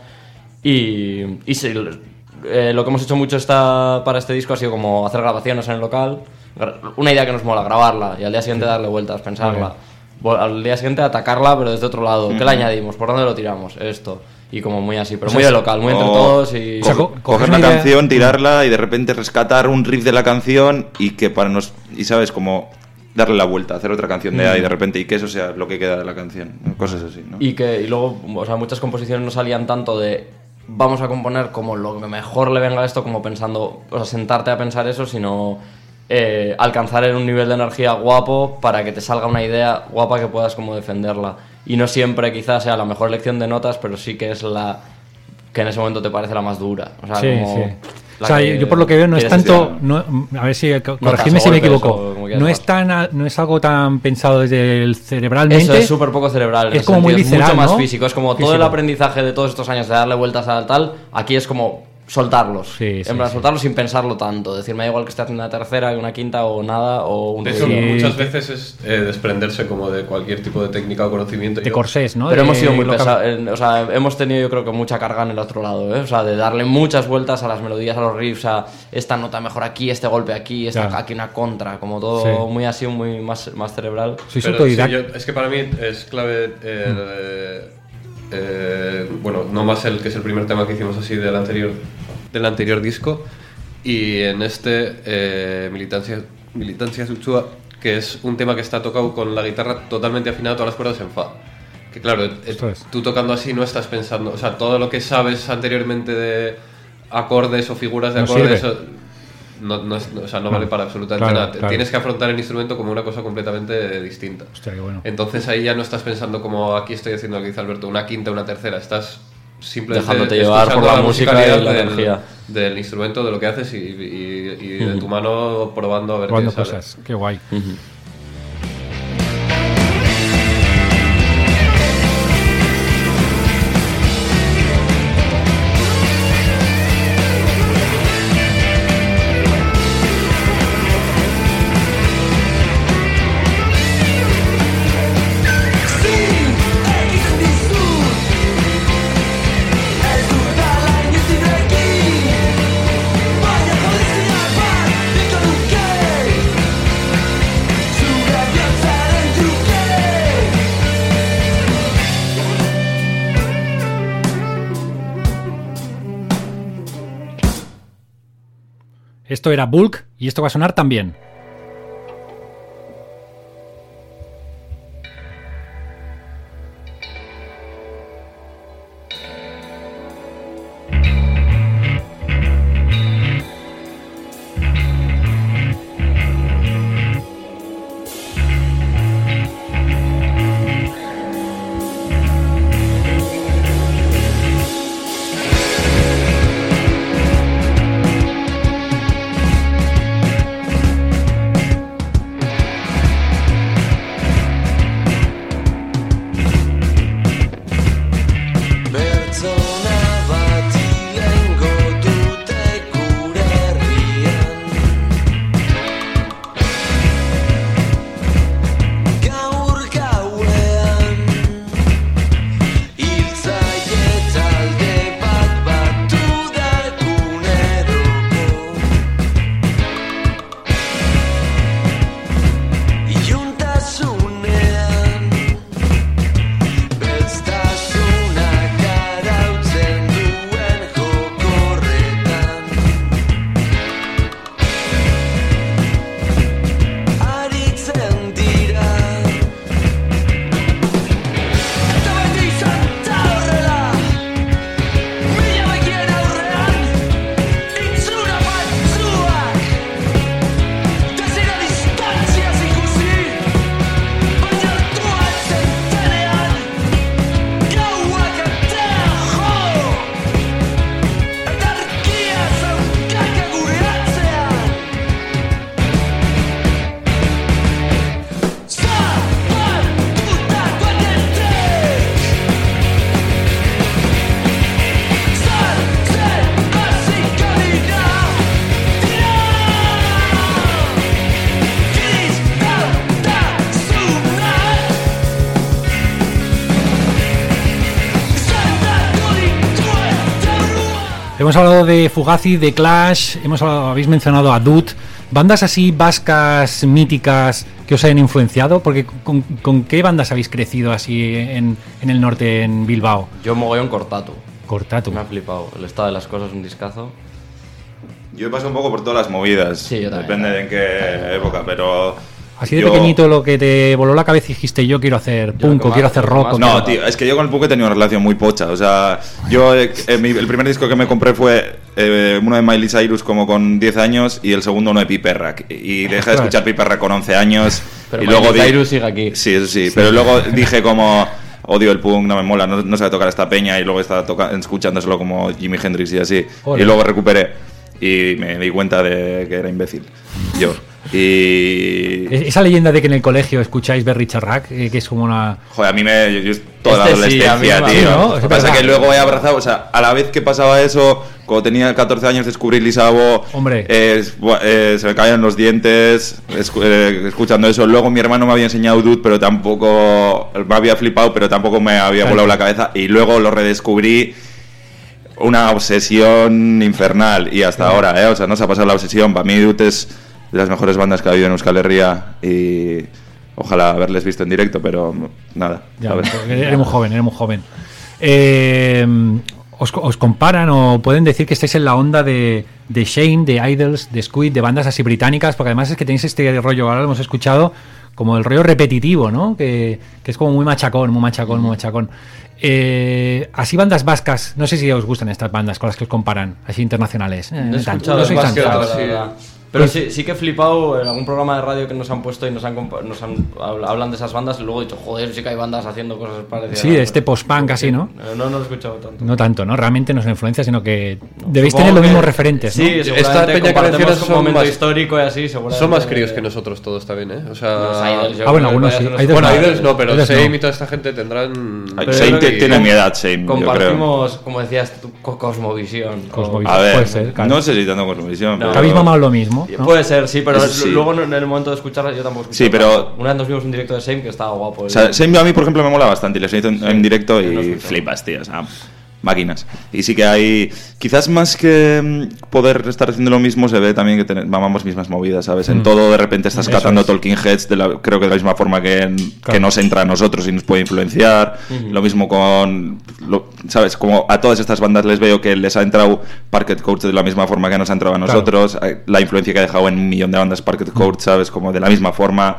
y, y se, eh, lo que hemos hecho mucho esta, para este disco ha sido como hacer grabaciones en el local, gra- una idea que nos mola, grabarla y al día siguiente darle vueltas, pensarla, Vol- al día siguiente atacarla pero desde otro lado, ¿qué le añadimos? ¿Por dónde lo tiramos? Esto. Y como muy así, pero muy de local, muy entre O todos y... O sea, co- co- coger coges una una idea- canción, tirarla y de repente rescatar un riff de la canción y que para nos y sabes como darle la vuelta, hacer otra canción de ahí de repente y que eso sea lo que queda de la canción, cosas así, ¿no? Y que y luego, o sea, muchas composiciones no salían tanto de vamos a componer como lo que mejor le venga a esto, como pensando, o sea, sentarte a pensar eso, sino eh, alcanzar en un nivel de energía guapo para que te salga una idea guapa que puedas como defenderla. Y no siempre quizás sea la mejor elección de notas, pero sí que es la que en ese momento te parece la más dura. O sea, Sí, como sí. la O sea, que yo por lo que veo no es quieres tanto, decir. no, a ver si co- corregidme o si me golpes equivoco. o como quieras No es más. tan, a- no es algo tan pensado desde el cerebralmente. Eso es súper poco cerebral. en Es ese como muy sentido, visceral, mucho más ¿no? físico. Es como todo Físico. el aprendizaje de todos estos años de darle vueltas al tal. Aquí es como soltarlos. Sí, sí, en plan, sí. soltarlos sin pensarlo tanto. Decir, me da igual que esté haciendo una tercera, que una quinta o nada, o un De hecho, Sí. muchas veces es eh, desprenderse como de cualquier tipo de técnica o conocimiento. de Yo- corsés, ¿no? Pero De hemos sido muy lo que- pesados. en- O sea, hemos tenido yo creo que mucha carga en el otro lado, ¿eh? O sea, de darle muchas vueltas a las melodías, a los riffs, a esta nota mejor aquí, este golpe aquí, esta Claro. aquí una contra, como todo Sí. muy así, muy más, más cerebral. Sois Pero autodidacta. sí, yo- es que para mí es clave. eh, eh, bueno, no más el que es el primer tema que hicimos así del anterior, del anterior disco. Y en este, eh, Militancia, Militancia Suchua, que es un tema que está tocado con la guitarra totalmente afinado, todas las cuerdas en fa. Que claro, eh, Esto es. tú tocando así no estás pensando, o sea, todo lo que sabes anteriormente de acordes o figuras de No acordes. sirve. o- No, no, es- o sea, no No. vale para absolutamente Claro, nada. claro. Tienes que afrontar el instrumento como una cosa completamente distinta. Hostia, qué bueno. Entonces ahí ya no estás pensando como aquí estoy haciendo lo que dice Alberto, una quinta, una tercera. Estás simplemente Dejándote llevar por escuchando la música musicalidad y la del, energía. del instrumento, de lo que haces y, y- y de tu mano probando a ver Probando qué sale. cosas. Qué guay. Esto era Bulk y esto va a sonar también. hemos hablado de Fugazi, de Clash, hemos hablado, habéis mencionado a Dut, bandas así vascas míticas que os hayan influenciado, porque ¿con, con qué bandas habéis crecido así en, en el norte, en Bilbao? Yo mogollón Cortatu. Cortatu. Me ha flipado. El estado de las cosas, un discazo. Yo he pasado un poco por todas las movidas. Sí, yo también. Depende de en qué época, pero... Así de yo- pequeñito lo que te voló la cabeza y dijiste yo quiero hacer Yo punk lo o que quiero más- hacer lo que rock. más o me quiero- No, tío, es que yo con el punk he tenido una relación muy pocha. O sea, yo, eh, eh, mi- el primer disco que me compré fue eh, uno de Miley Cyrus como con diez años y el segundo uno de Piper Rack. Y dejé de Ostras. escuchar Piper Rack con once años. Pero y Miley luego di- Cyrus sigue aquí. Sí, eso sí, pero luego dije como... Odio el punk, no me mola, no, no sabe tocar esta peña y luego estaba toca- escuchándoselo como Jimi Hendrix y así. Ole. Y luego recuperé y me di cuenta de que era imbécil. Yo. Y... Esa leyenda de que en el colegio escucháis Berry Charrac, eh, que es como una... Joder, a mí me. Yo, yo toda Este la sí, a mí adolescencia, me- tío. Sí, ¿no? Lo Es que pasa es verdad. que luego he abrazado, o sea, a la vez que pasaba eso, cuando tenía catorce años descubrí Lisabo. Hombre. eh, es- bu- eh, se me caían los dientes escu- eh, escuchando eso. Luego mi hermano me había enseñado Dude, pero tampoco. Me había flipado, pero tampoco me había Claro. volado la cabeza. Y luego lo redescubrí. Una obsesión infernal. Y hasta ahora, ¿eh? O sea, no se ha pasado la obsesión. Para mí, Dude es de las mejores bandas que ha habido en Euskal Herria. Y. Ojalá haberles visto en directo, pero nada. Ya, ¿sabes? eres muy joven, eres muy joven. Eh, os, os comparan o pueden decir que estáis en la onda de, de Shame, de Idols, de Squid, de bandas así británicas, porque además es que tenéis este rollo, ahora lo hemos escuchado, como el rollo repetitivo, ¿no? Que, que es como muy machacón, muy machacón, muy machacón. Eh, así bandas vascas, no sé si os gustan estas bandas con las que os comparan, así internacionales. Eh, No he tanto, escuchado no las sois más que tanto. otras, la verdad. Pero sí, sí que he flipado en algún programa de radio que nos han puesto y nos han, compa- nos han habl- hablan de esas bandas y luego he dicho, joder, sí que hay bandas haciendo cosas parecidas. Sí, de este post-punk así, ¿no? No, no lo he escuchado tanto. No tanto, ¿no? Realmente no es una influencia, sino que debéis Supongo tener los que- mismos referentes, ¿no? Sí, Esta seguramente peña que compartimos mencionas un son momento más- histórico y así, seguramente. Son más críos que nosotros todos también, ¿eh? O Los sea... Idols, yo Ah, bueno, creo que algunos podría sí. ser los- Idols Bueno, no. Idols no, pero Idols no. Shame y toda esta gente tendrán... Ay, Pero Shame yo creo te- que tiene com- mi edad, Shame, yo creo. Compartimos, como decías tú, co- cosmovisión. o- Cosmovisión. A ver, Puede ser, claro. no sé si tanto Cosmovisión. No. pero- Que habéis mamado lo mismo, ¿no? Puede ser, sí, pero Eso sí. luego en el momento de escucharla yo tampoco escuché. Sí, pero- Una vez nos vimos un directo de Shame que estaba guapo. O sea, Shame a mí, por ejemplo, me mola bastante. Y les he visto en, en directo yo no y escucho. flipas, tío. O sea, máquinas. Y sí que hay... Quizás más que mm, poder estar haciendo lo mismo, se ve también que ten- mamamos mismas movidas, ¿sabes? En todo de repente estás Mm. Eso catando es. Talking Heads, de la- creo que de la misma forma que, en- que Claro. nos entra a nosotros y nos puede influenciar. Lo mismo con... lo- ¿Sabes? Como a todas estas bandas les veo que les ha entrado Parquet Coach de la misma forma que nos ha entrado a Claro. nosotros. Eh, La influencia que ha dejado en un millón de bandas Parquet Coach, ¿sabes? Como de la misma forma.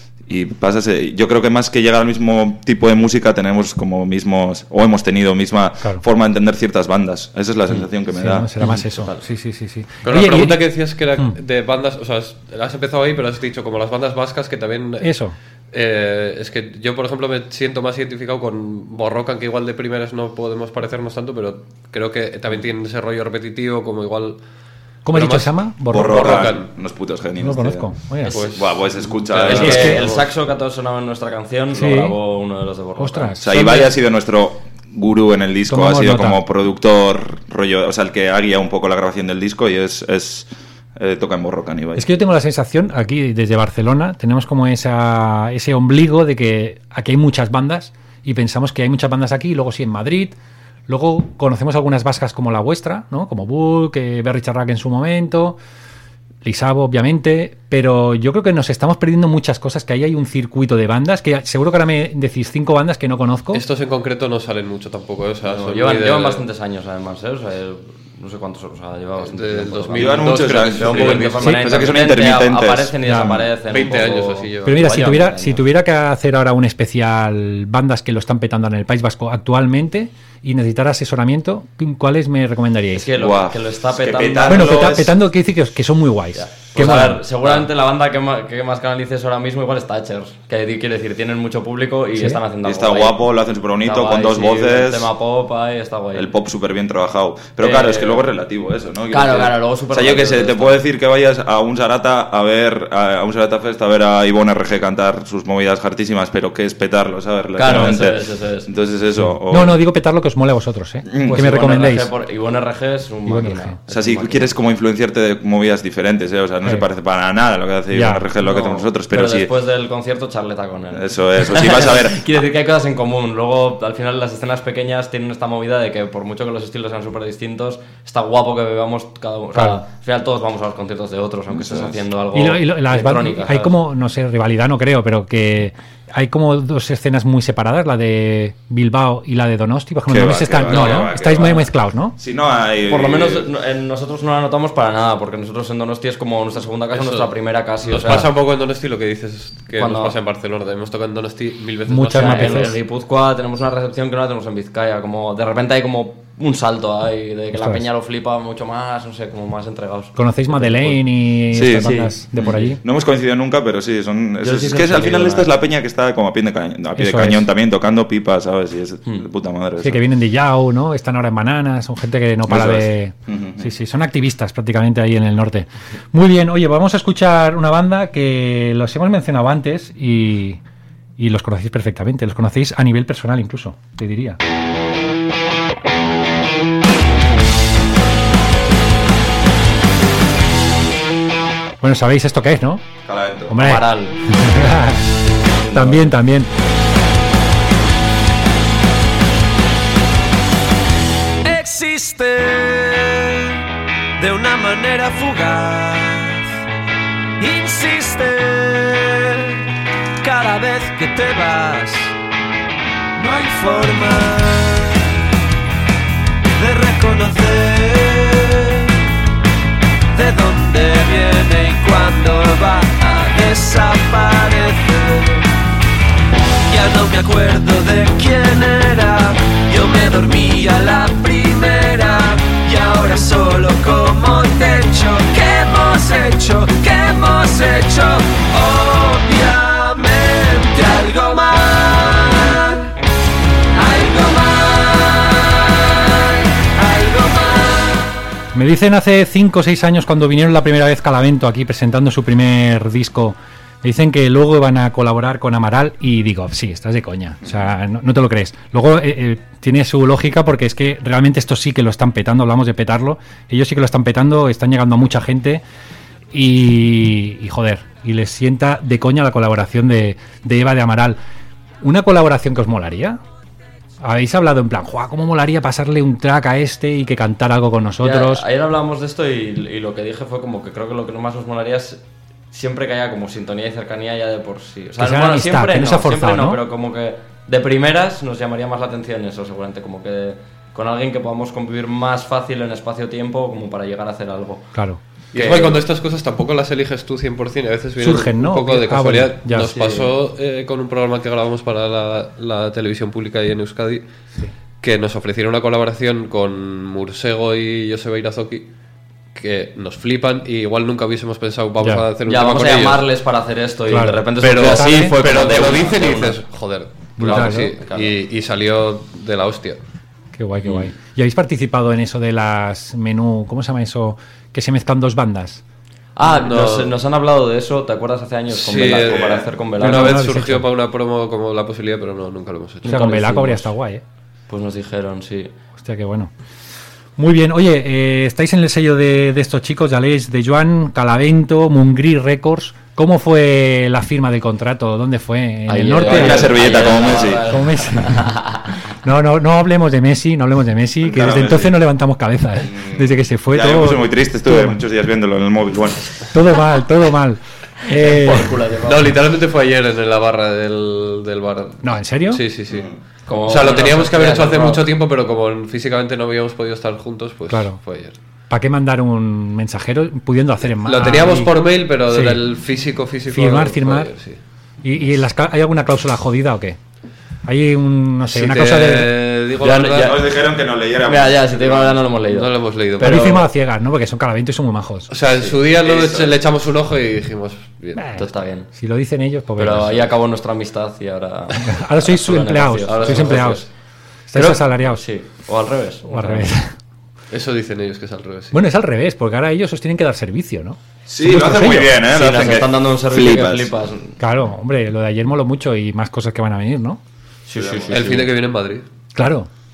Y pasa ese- yo creo que más que llegar al mismo tipo de música tenemos como mismos, o hemos tenido misma Claro. forma de entender ciertas bandas. Esa es la sensación que me Sí, da. ¿no? Será más eso. Sí, sí, sí, sí. Pero Oye, la pregunta y- que decías que era Mm. de bandas, o sea, has has empezado ahí, pero has dicho como las bandas vascas que también... Eso. Eh, es que yo, por ejemplo, me siento más identificado con Borrocan, que igual de primeras no podemos parecernos tanto, pero creo que también tienen ese rollo repetitivo, como igual... ¿Cómo has pero dicho más- se llama? Borro- Borrocan, Borrocan. unos putos genios. No lo tío. conozco. Oye. Pues, buah, pues escucha. Es eh, que Es que- el saxo que a todos sonaba en nuestra canción Sí. lo grabó uno de los de Borroca. Ostras. O sea, Ibai ha sido nuestro gurú en el disco, Tomamos ha sido nota. como productor, rollo, o sea, el que ha guiado un poco la grabación del disco y es, es eh, toca en Borrocan, Ibai. Es que yo tengo la sensación, aquí desde Barcelona, tenemos como esa, ese ombligo de que aquí hay muchas bandas y pensamos que hay muchas bandas aquí, y luego sí en Madrid, luego conocemos algunas vascas como la vuestra, ¿no? Como Bull, que Berry Charrac en su momento, Lisabo, obviamente, pero yo creo que nos estamos perdiendo muchas cosas, que ahí hay un circuito de bandas, que seguro que ahora me decís cinco bandas que no conozco. Estos en concreto no salen mucho tampoco, ¿eh? O sea, No, son llevan, muy de- llevan bastantes años además, ¿eh? O sea, no sé cuántos, o sea, lleva bastante Del tiempo. dos mil Llevan dos, muchos creo que años, sí. Lleva un sí, poco sí, de sí, forma pasa que son intermitente, intermitentes. aparecen y Ya. desaparecen. veinte un poco- años así lleva. Pero mira, si Vaya, tuviera, vaya. si tuviera que hacer ahora un especial bandas que lo están petando en el País Vasco actualmente y necesitar asesoramiento, ¿cuáles me recomendaríais? Es que lo, Buah, que lo está es que petando. petarlo bueno, peta- es- petando quiere decir que, que son muy guays. Que Pues a molan. ver, seguramente la banda que más, que más canalices ahora mismo igual es Thatchers, que di- quiere decir, tienen mucho público y Sí. están haciendo Y algo está guay. guapo, lo hacen súper bonito, Está con guay, dos sí, voces. El tema pop ahí está guay. El pop súper bien trabajado. Pero Eh, claro, es que luego es relativo eso, ¿no? Quiero claro, decir, claro, luego es O sea, súper yo que sé, relativo te esto. puedo decir que vayas a un Sarata a ver, a, a un Sarata Fest a ver a Ivonne R G cantar sus movidas hartísimas, pero que es petarlo, ¿sabes? Claro, eso Relativamente. es, eso es. Entonces eso. o- No, no, digo petarlo que os mole a vosotros, ¿eh? Mm. que Pues me Ivonne recomendéis. R G por- Ivonne R G es un Ivonne máquina. R G. O sea, Es si un máquina. quieres como influenciarte de movidas diferentes, ¿eh? O sea, no se parece para nada a lo que hace Ya. Iván R G, lo que hacemos nosotros, pero, pero sí. después del concierto, charleta con él. Eso es, o si vas a ver. Quiere decir que hay cosas en común. Luego, al final, las escenas pequeñas tienen esta movida de que, por mucho que los estilos sean súper distintos, está guapo que bebamos cada uno. O sea, Claro. al final, todos vamos a los conciertos de otros, aunque estés haciendo algo. Y, lo- y lo- las ban- electrónica, hay ¿sabes? como, no sé, rivalidad no creo, pero que hay como dos escenas muy separadas, la de Bilbao y la de Donosti. Por ejemplo, Qué no, va, veis qué están- va, no, qué ¿no? va, qué Estáis va. muy mezclados, ¿no? Si no hay. Por lo menos no- en nosotros no la notamos para nada, porque nosotros en Donosti es como nuestra segunda casa, Eso. nuestra primera casi. Nos o sea, pasa un poco en Donosti lo que dices que Cuando- nos pasa en Barcelona. Hemos tocado en Donosti mil veces Muchas más. más en, veces. en Guipúzcoa tenemos una recepción que no la tenemos en Vizcaya. Como de repente hay como un salto ahí, de que la Ostras. peña lo flipa mucho más, no sé, como más entregados. ¿Conocéis Madeleine y Sí, estas sí. bandas de por allí? No hemos coincidido nunca, pero sí, son. Es, Yo sí es que que he es- al salido, final esta es ¿no? la peña que está como a pie de cañón, a pie de Eso cañón es. también, tocando pipas, ¿sabes? Y es de puta madre. Sí, eso. que vienen de Yao, ¿no? Están ahora en Bananas, son gente que no para Eso de... es. Ujú. Sí, sí, son activistas prácticamente ahí en el norte. Muy bien, oye, vamos a escuchar una banda que los hemos mencionado antes y, y los conocéis perfectamente, los conocéis a nivel personal incluso, te diría. Bueno, sabéis esto qué es, ¿no? Calavento. Hombre. Amaral. También, también. Existe de una manera fugaz. Insiste cada vez que te vas. No hay forma de reconocer de dónde viene y cuándo va a desaparecer. Ya no me acuerdo de quién era. Yo me dormí a la primera y ahora solo como techo. ¿Qué hemos hecho? ¿Qué hemos hecho? Obviamente algo mal. Algo mal. Algo mal. Me dicen hace cinco o seis años cuando vinieron la primera vez Calavento aquí presentando su primer disco, me dicen que luego iban a colaborar con Amaral y digo, sí, estás de coña, o sea, no, no te lo crees. Luego eh, eh, tiene su lógica porque es que realmente esto sí que lo están petando, hablamos de petarlo, ellos sí que lo están petando, están llegando a mucha gente y, y joder, y les sienta de coña la colaboración de, de Eva de Amaral. ¿Una colaboración que os molaría? ¿Habéis hablado en plan, ¡juá, cómo molaría pasarle un track a este y que cantara algo con nosotros? Ya, ayer hablábamos de esto y, y lo que dije fue como que creo que lo que más nos molaría es siempre que haya como sintonía y cercanía ya de por sí. O sea, Que sea bueno, amistad, siempre que no no, sea forzado, siempre no, ¿no? pero como que de primeras nos llamaría más la atención eso, seguramente, como que con alguien que podamos convivir más fácil en espacio-tiempo como para llegar a hacer algo. Claro. Y es guay cuando estas cosas tampoco las eliges tú cien por cien, a veces vienen Surgen, un ¿no? poco de Ah, casualidad. bueno, ya. Nos Sí. pasó eh, con un programa que grabamos para la, la televisión pública ahí en Euskadi, que nos ofrecieron una colaboración con Mursego y Joseba Irazoki, que nos flipan y igual nunca hubiésemos pensado vamos Ya. a hacer un Ya, tema vamos con a ellos. llamarles para hacer esto y Claro. de repente Pero surgió así, ¿sale? fue Pero como te de lo una, dicen y de una. dices, joder, Brutal, claro que sí. ¿no? Claro. Y, y salió de la hostia. Qué guay, qué guay. ¿Y habéis participado en eso de las menú, ¿cómo se llama eso? Que se mezclan dos bandas. Ah, No. nos, nos han hablado de eso, ¿te acuerdas hace años con Sí, Velasco eh, para hacer con Una Velasco? no vez lo habéis surgió hecho. para una promo como la posibilidad, pero no, nunca lo hemos hecho. O sea, Nunca con lo Belaco habría hicimos. estado guay, ¿eh? Pues nos dijeron, sí. Hostia, qué bueno. Muy bien, oye, eh, estáis en el sello de, de estos chicos, ya leéis, de Joan, Calavento, Mungri Records. ¿Cómo fue la firma del contrato? ¿Dónde fue? ¿En Ayer, el norte? ayer, Una servilleta ayer, como la Messi. barra- Como Messi. No, no, no hablemos de Messi, no hablemos de Messi, que Claro, desde Messi. entonces no levantamos cabeza, ¿eh? Desde que se fue Ya me todo, puse muy triste, estuve todo, muchos días viéndolo en el móvil. Bueno, todo mal, todo mal. Eh, Por culo de No, literalmente fue ayer en la barra del, del bar. no, ¿en serio? Sí, sí, sí. Como O sea, lo unos teníamos que haber hecho hostias, hace ¿no? mucho tiempo, pero como físicamente no habíamos podido estar juntos, pues Claro. fue ayer. ¿Para qué mandar un mensajero pudiendo hacer en mano? Lo teníamos por mail, pero Sí. del físico, físico. Firmar, fue firmar. ayer, sí. ¿Y, y en las cla- hay alguna cláusula jodida o qué? Hay un, no sé, Si una te cosa de... digo Ya- la verdad, ya- nos dijeron que nos leyéramos. Mira, ya, si te digo la verdad no lo hemos leído. no lo hemos leído. Pero Pero, he firmado a ciegas, ¿no? Porque son Calavento y son muy majos. o sea, en su día lo Eso. le echamos un ojo y dijimos, bien. Bah, Esto está bien. Si lo dicen ellos, pues Pero verás. ahí acabó nuestra amistad y ahora... Ahora sois sus Solo empleados, negocios. Ahora sois somos empleados. socios. Estáis Pero- asalariados. Sí, o al revés. O al revés. Eso dicen ellos que es al revés. sí. Bueno, es al revés, porque ahora ellos os tienen que dar servicio, ¿no? Sí, lo hacen muy bien, ¿eh? Sí, Lo nos hacen que están dando un servicio flipas. que flipas. Claro, hombre, lo de ayer moló mucho y más cosas que van a venir, ¿no? Sí, sí, sí. El sí. fin de que viene en Madrid. Claro,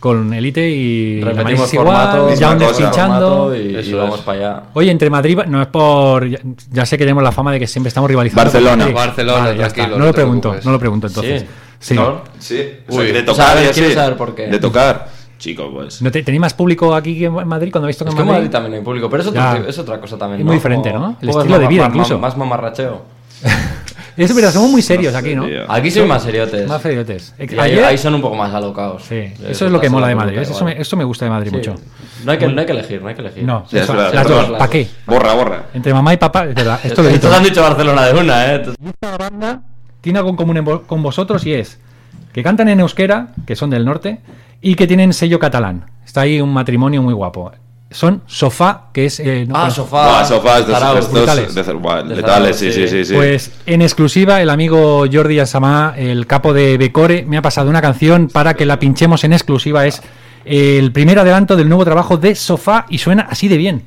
con Elite y la Repetimos Manís formato, igual, misma Young cosa. fichando. formato y, Eso y vamos es. para allá. Oye, entre Madrid, no es por. Ya, ya sé que tenemos la fama de que siempre estamos rivalizando. Barcelona. con Madrid. Barcelona, Vale, ya tranquilo, está. No, no lo te pregunto, preocupes. no lo pregunto entonces. Sí. Sí. ¿No? Sí, o Uy. sea, de O tocar sea, a ver, y así. quiero saber por qué. De tocar. Chico, pues. ¿No te- ¿Tenéis más público aquí que en Madrid cuando habéis tocado Es en que en Madrid? Madrid también hay público, pero es, otro Ya. tipo- es otra cosa también. Es ¿no? muy diferente, Como- ¿no? El pues estilo de más- vida, más- incluso. Más mamarracheo. Es verdad, somos muy serios aquí, ¿no? tío. Aquí soy más seriotes. Más seriotes. Y ahí, Ayer- ahí son un poco más alocados. Sí, eso es lo que mola de Madrid. ¿ves? Eso me, eso me gusta de Madrid Sí. mucho. No hay, que, no hay que elegir, no hay que elegir. No, Sí, es eso, verdad, las perdón. dos. ¿Para qué? Borra, borra. Entre mamá y papá, es verdad, esto lo he dicho. Estos han dicho Barcelona de una, ¿eh? Esta banda tiene algo en común en vo- con vosotros y es que cantan en euskera, que son del norte, y que tienen sello catalán. Está ahí un matrimonio muy guapo. Son Sofá, que es... eh, no Ah, conozco- sofá. Buah, sofás, estos, Zarauz. estos brutales. de- buah, De letales, Zarauz, sí, sí. sí, sí, sí. Pues en exclusiva el amigo Jordi Asamá, el capo de Becore, me ha pasado una canción para que la pinchemos en exclusiva. Es el primer adelanto del nuevo trabajo de Sofá y suena así de bien.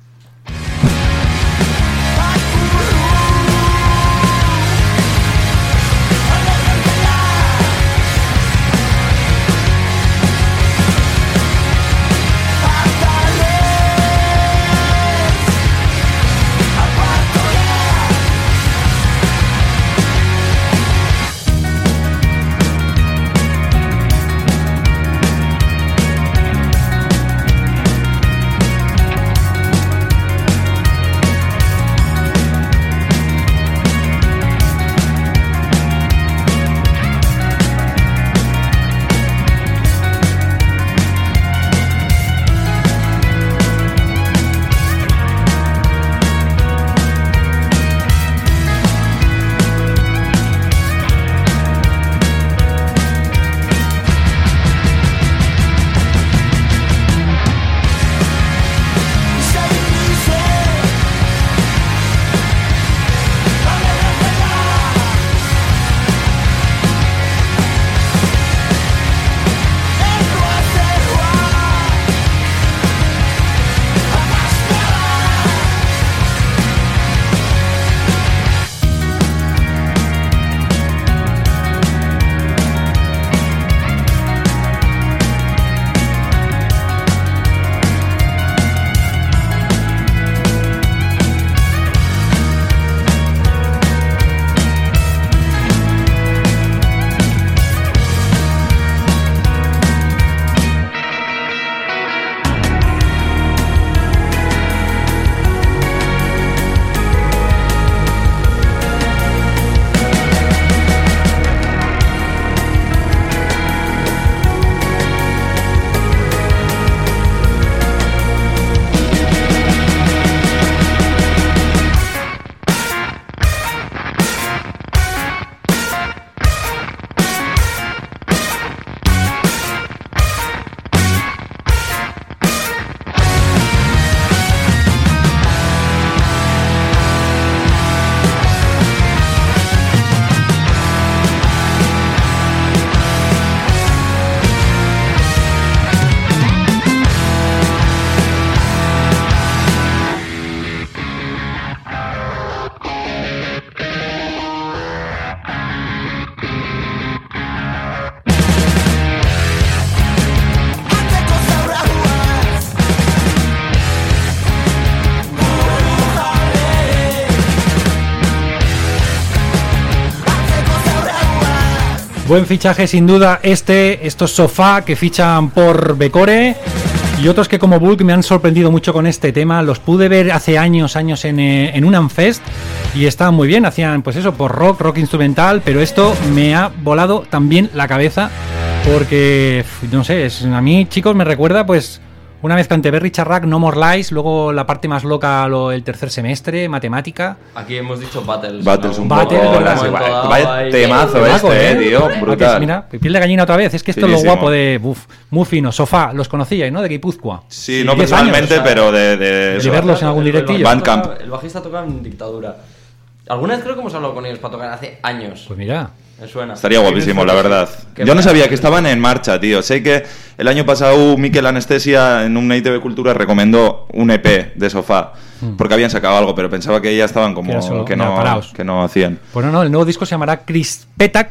Buen fichaje sin duda este, estos Sofá que fichan por Becore y otros que como Bulk me han sorprendido mucho con este tema. Los pude ver hace años, años en, eh, en un Unfest y estaban muy bien, hacían pues eso, por rock, rock instrumental, pero esto me ha volado también la cabeza porque, no sé, es, a mí chicos me recuerda pues... Una vez Canterbury Charrac, No More Lies, luego la parte más loca, lo, el tercer semestre, matemática. Aquí hemos dicho Battles. Battles ¿no? un Battles, poco. ¿verdad? las- Un momento vaya- dado Vaya ahí. temazo Temazo, este, ¿eh? eh, tío. Ah, que es- Brutal. Mira, piel de gallina otra vez. Es que esto es lo Finísimo. guapo de Buf, muy fino. Sofá, los conocíais, ¿no? De Guipúzcoa. Sí, no diez personalmente, años, o sea, pero de, de, de eso. verlos en algún El- el directillo. bajista Bandcamp. toca- El bajista toca en Dictadura. Alguna vez creo que hemos hablado con ellos para tocar hace años. Pues mira. Me suena. Estaría guapísimo, la verdad. Qué Yo no pena. sabía que estaban en marcha, tío. Sé que el año pasado Miquel Anestesia en un I T V Cultura recomendó un E P de Sofá porque habían sacado algo, pero pensaba que ya estaban Que como era solo- que ya, no, paraos. que no hacían. Pues no, no, el nuevo disco se llamará Crispetak,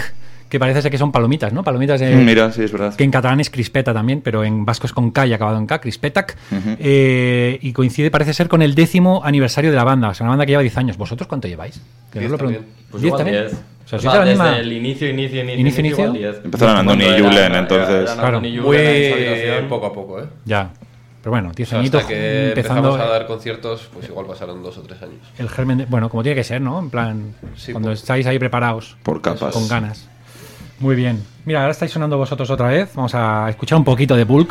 que parece ser que son palomitas, ¿no? Palomitas de... Mira, sí, es verdad. Que en catalán es crispeta también, pero en vasco es con K y acabado en K, crispetac. Ujú. Eh, y coincide, parece ser, con el décimo aniversario de la banda. O sea, una banda que lleva diez años. ¿Vosotros cuánto lleváis? Que diez no os lo también. pregunto. Pues ¿diez igual también? diez. O sea, O sois sea, de la desde misma... el inicio, inicio, inicio, Inicio, inicio, igual inicio. diez. Empezaron Andoni y Era- Julen, era- entonces. eran Claro. Andoni y Muy Julen en su habitación. poco a poco, ¿eh? Ya. Pero bueno, diez O sea, añitos hasta que empezando... empezamos a dar conciertos, pues igual pasaron dos o tres años. El germen de... Bueno, como tiene que ser, ¿no? En plan, Sí, cuando pues. estáis ahí preparados. Por capas. Con ganas. Muy bien. Mira, ahora estáis sonando vosotros otra vez. Vamos a escuchar un poquito de Bulk.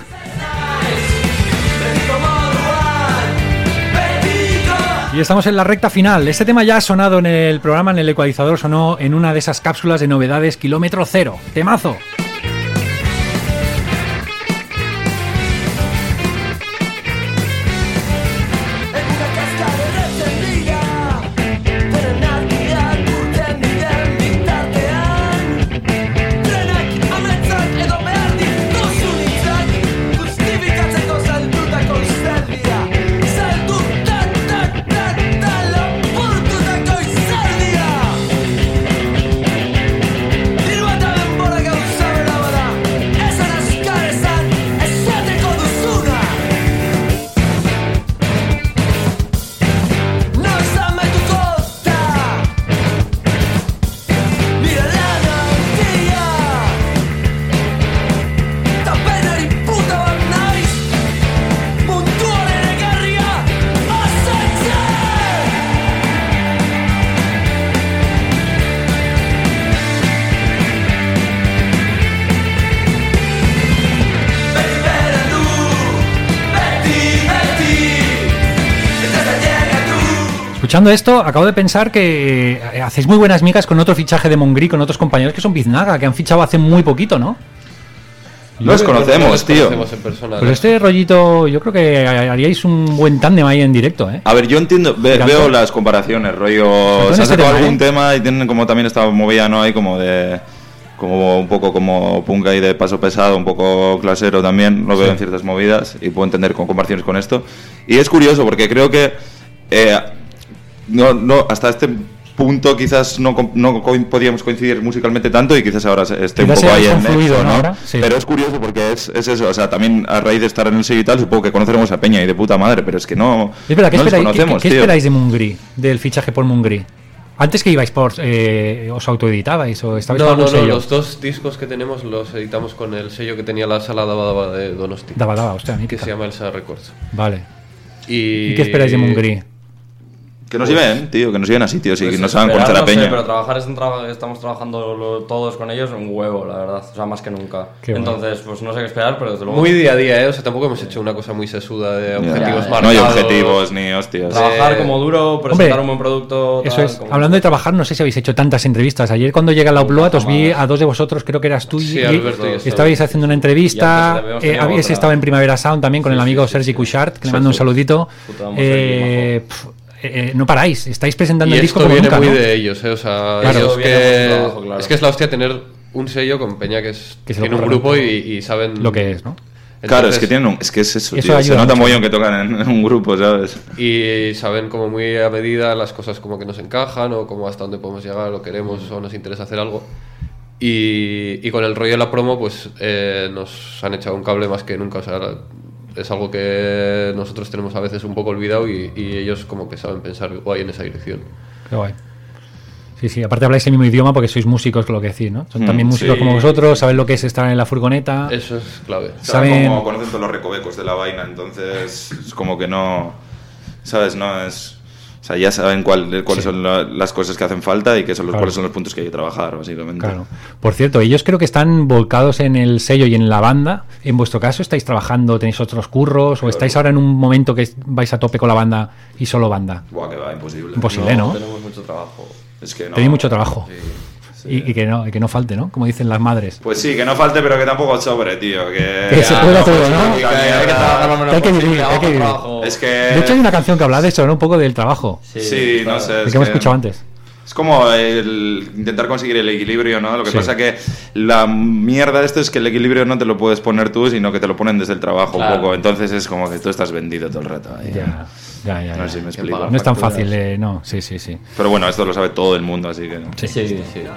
Y estamos en la recta final. Este tema ya ha sonado en el programa, en el ecualizador, sonó en una de esas cápsulas de novedades kilómetro cero. ¡Temazo! Escuchando esto, acabo de pensar que eh, hacéis muy buenas migas con otro fichaje de Mongri, con otros compañeros que son Biznaga, que han fichado hace muy poquito, ¿no? Los conocemos, Los tío. conocemos en persona. Pero este rollito, yo creo que haríais un buen tándem ahí en directo, ¿eh? A ver, yo entiendo, ve- Mirando. veo las comparaciones, rollo, todo en se ha este sacado tema, algún ¿eh? tema y tienen como también esta movida, ¿no? Hay como de, como un poco como punk ahí de paso pesado, un poco clasero también, lo veo Sí. en ciertas movidas y puedo entender con comparaciones con esto. Y es curioso porque creo que eh, no, no, hasta este punto quizás no, co- no co- podíamos coincidir musicalmente tanto y quizás ahora se- esté un Quizás poco sea ahí en confluido, nexo, ¿no? ¿no? Ahora, sí. Pero es curioso porque es, es eso, o sea, también a raíz de estar en el sello y tal, supongo que conoceremos a Peña y de puta madre, pero es que no, Es verdad, ¿qué, no les esperáis, ¿qué- conocemos, qué tío. esperáis de Mungri, del fichaje por Mungri? Antes que ibais por... Eh, ¿os autoeditabais o estabais No, con no, un no, sello? los dos discos que tenemos los editamos con el sello que tenía la sala Daba Daba de Donosti, Daba, daba, hostia, que mítica. se llama Elsa Records. Vale. Y, ¿Y qué esperáis de Mungri? Que nos lleven, tío, que nos lleven a sitios y Pues que nos hagan esperar, conocer a no sé, Peña. pero trabajar es un traba- estamos trabajando lo- todos con ellos un huevo, la verdad. O sea, más que nunca. Qué bueno. Entonces, pues no sé qué esperar, pero desde luego. Muy día a día, ¿eh? O sea, tampoco hemos hecho una cosa muy sesuda de Ya, objetivos ya, marcados. no hay objetivos ni hostias. Trabajar Eh, como duro, presentar hombre, un buen producto. Eso tal, es. como- Hablando de trabajar, no sé si habéis hecho tantas entrevistas. Ayer cuando llega la Upload os vi jamás. a dos de vosotros, creo que eras tú y, Sí, y- Alberto y yo. estabais haciendo una Y entrevista. antes habíamos Eh, tenido habéis otra. estado en Primavera Sound también con Sí, el amigo sí, sí, Sergi sí. Cuixart, que le Sí, mando un sí. saludito. Puto amo, Eh, pf, eh, no paráis, estáis presentando Y el disco esto como viene nunca, muy ¿no? de ellos, ¿eh? O sea, Claro. ellos Esto viene que... por su trabajo, claro. Es que es la hostia tener un sello con Peña que, es, Que se lo tiene un curran grupo y, tanto. y saben... Lo que es, ¿no? Claro, es Entonces, que tienen un, es que es eso, Eso tío. Se ayuda nota mucho. mogollón que tocan en, en un grupo, ¿sabes? Y saben como muy a medida las cosas como que nos encajan o como hasta dónde podemos llegar o queremos o nos interesa hacer algo. Y, y con el rollo de la promo pues eh, nos han echado un cable más que nunca. O sea, es algo que nosotros tenemos a veces un poco olvidado y, y ellos como que saben pensar guay en esa dirección. Qué guay. Sí, sí, aparte habláis el mismo idioma porque sois músicos, lo que decís, ¿no? Son Mm, también músicos sí. como vosotros, saben lo que es estar en la furgoneta. Eso es clave. Saben- Saben como conocen todos los recovecos de la vaina, entonces es como que no, ¿sabes? No es, o sea, ya saben cuál, cuáles Sí. son la- las cosas que hacen falta y qué son los, Claro. cuáles son los puntos que hay que trabajar, básicamente. Claro. Por cierto, ellos creo que están volcados en el sello y en la banda. En vuestro caso, ¿estáis trabajando, tenéis otros curros o estáis ahora en un momento que vais a tope con la banda y solo banda? Buah, que va, imposible. Imposible, ¿no? Tenemos mucho trabajo. Es que no. Tenéis mucho trabajo. Sí, sí. Y, y que no, y que no falte, ¿no? Como dicen las madres. Pues sí, que no falte, pero que tampoco sobre, tío. Que, Que se ya, pueda todo, pues, ¿no? puta Que hay que mierda. trabajar lo menos Que hay que posible, vivir, hay que trabajo, vivir. trabajo. Es que... De hecho, hay una canción que habla de eso, ¿no? Un poco del trabajo. Sí, no sé. El es que hemos escuchado antes. Es como el intentar conseguir el equilibrio, ¿no? Lo que Sí. pasa que la mierda de esto es que el equilibrio no te lo puedes poner tú, sino que te lo ponen desde el trabajo Claro. un poco. Entonces es como que tú estás vendido todo el rato. Ahí. Ya, ya, ya. No ya. sé si me Que explico. pagar No es tan facturas. fácil, eh, no, sí, sí, sí. Pero bueno, esto lo sabe todo el mundo, así que... Sí. Sí, sí, sí.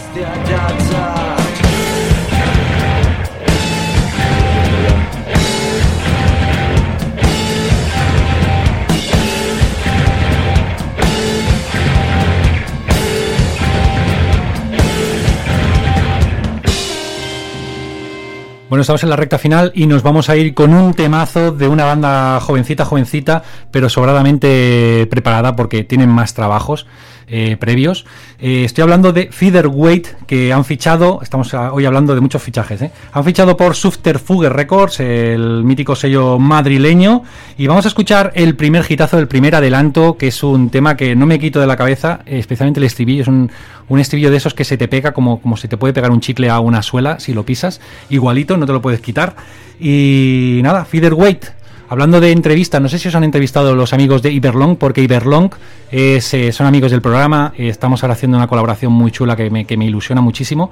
Bueno, estamos en la recta final y nos vamos a ir con un temazo de una banda jovencita, jovencita, pero sobradamente preparada porque tienen más trabajos eh, previos. Eh, estoy hablando de Featherweight, que han fichado, estamos hoy hablando de muchos fichajes, ¿eh? Han fichado por Subterfuge Records, el mítico sello madrileño, y vamos a escuchar el primer hitazo, el primer adelanto, que es un tema que no me quito de la cabeza, especialmente el estribillo, es un, un estribillo de esos que se te pega como, como se te puede pegar un chicle a una suela si lo pisas, igualito, no te lo puedes quitar. Y nada, Featherweight. Hablando de entrevistas, no sé si os han entrevistado los amigos de Iberlong, porque Iberlong es, eh, son amigos del programa, eh, estamos ahora haciendo una colaboración muy chula que me, que me ilusiona muchísimo.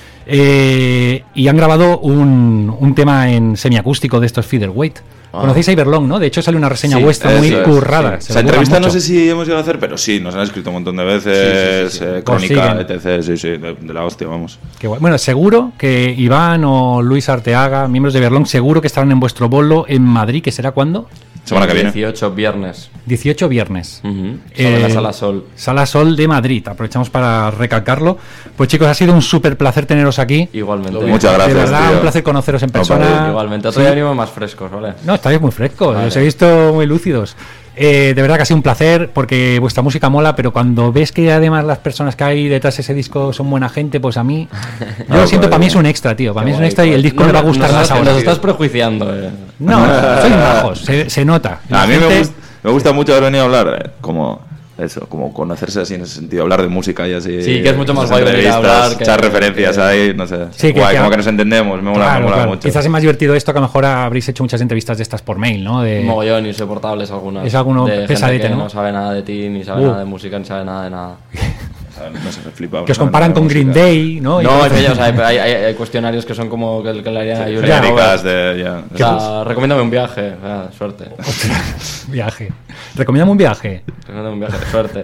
Eh, y han grabado un, un tema en semiacústico de estos Featherweight. Ah. Conocéis a Iberlong, ¿no? De hecho sale una reseña Sí, vuestra eso muy es, currada. sí. se Esa lo curran entrevista no mucho. sé si hemos llegado a hacer, pero sí, nos han escrito un montón de veces, Sí, sí, sí, sí. eh, crónica, Consiguen. etcétera. Sí, sí, de, de la hostia, vamos. Qué guay. Bueno, seguro que Iván o Luis Arteaga, miembros de Iberlong, seguro que estarán en vuestro bolo en Madrid, que será ¿cuándo? Semana que viene. dieciocho viernes. dieciocho viernes. Ujú. Solo Eh, en la Sala Sol. Sala Sol de Madrid. Aprovechamos para recalcarlo. Pues chicos, ha sido un súper placer teneros aquí. Igualmente. Muchas gracias. De verdad, tío. un placer conoceros en No, persona. Pablo, Igualmente. Otro Sí. día venimos más frescos, ¿vale? No, estáis muy frescos. Vale. Os he visto muy lúcidos. Eh, de verdad que ha sido un placer porque vuestra música mola, pero cuando ves que además las personas que hay detrás de ese disco son buena gente, pues a mí... Yo No, lo siento, pues, para mí es un extra, tío. Para mí es un Guay, extra y el guay. disco No, me va a no, gustar nos más estás- ahora. Nos estás prejuiciando, eh. No, sois majos, se, se nota. La A mí me, gente- gusta, me gusta mucho haber venido a hablar, eh, como eso, como conocerse así en ese sentido, hablar de música y así. Sí, que es mucho más esas guay venir a entrevistas, hablar que- echar referencias que- ahí, no sé. Sí, que- guay, que- como que nos entendemos, me mola, Claro, me mola claro. mucho. Quizás es más divertido esto que a lo mejor habréis hecho muchas entrevistas de estas por mail, ¿no? De... Mogollón insoportables algunas. Es alguno de gente pesadete, que ¿no? no sabe nada de ti, ni sabe Uh. nada de música, ni sabe nada de nada. O sea, no sé, me flipa. Que os no, comparan no, con música. Green Day, ¿no? Y No, todo es que esto. ya, o sea, hay, hay, hay cuestionarios que son como que, que le harían a Julia Genéricas Roberts. de... Ya, O sea, recomiéndame un viaje, o sea, suerte. Viaje. Recomiéndame un viaje. Recomiéndame un viaje, suerte.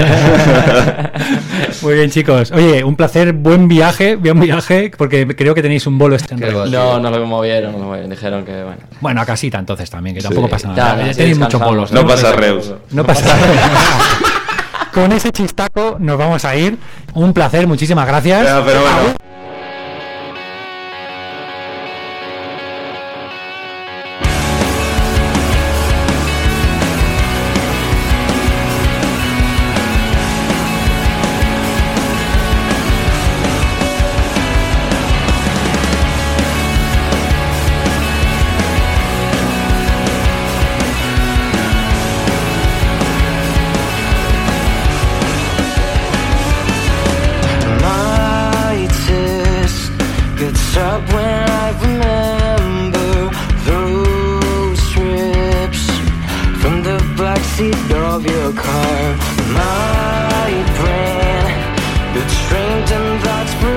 Muy bien, chicos. Oye, un placer, buen viaje, buen viaje, porque creo que tenéis un bolo este. Qué va. No, no lo movieron, no lo movieron. Dijeron que, bueno. Bueno, a casita entonces también, que tampoco Sí. pasa Ya, nada. ya, sí, tenéis muchos descansamos, bolos. No ¿no? pasa Reus. No pasa nada. Con ese chistaco nos vamos a ir. Un placer, muchísimas gracias. Ya, pero bueno. My test gets up when I remember those trips from the backseat of your car. My brain gets trained in thoughts.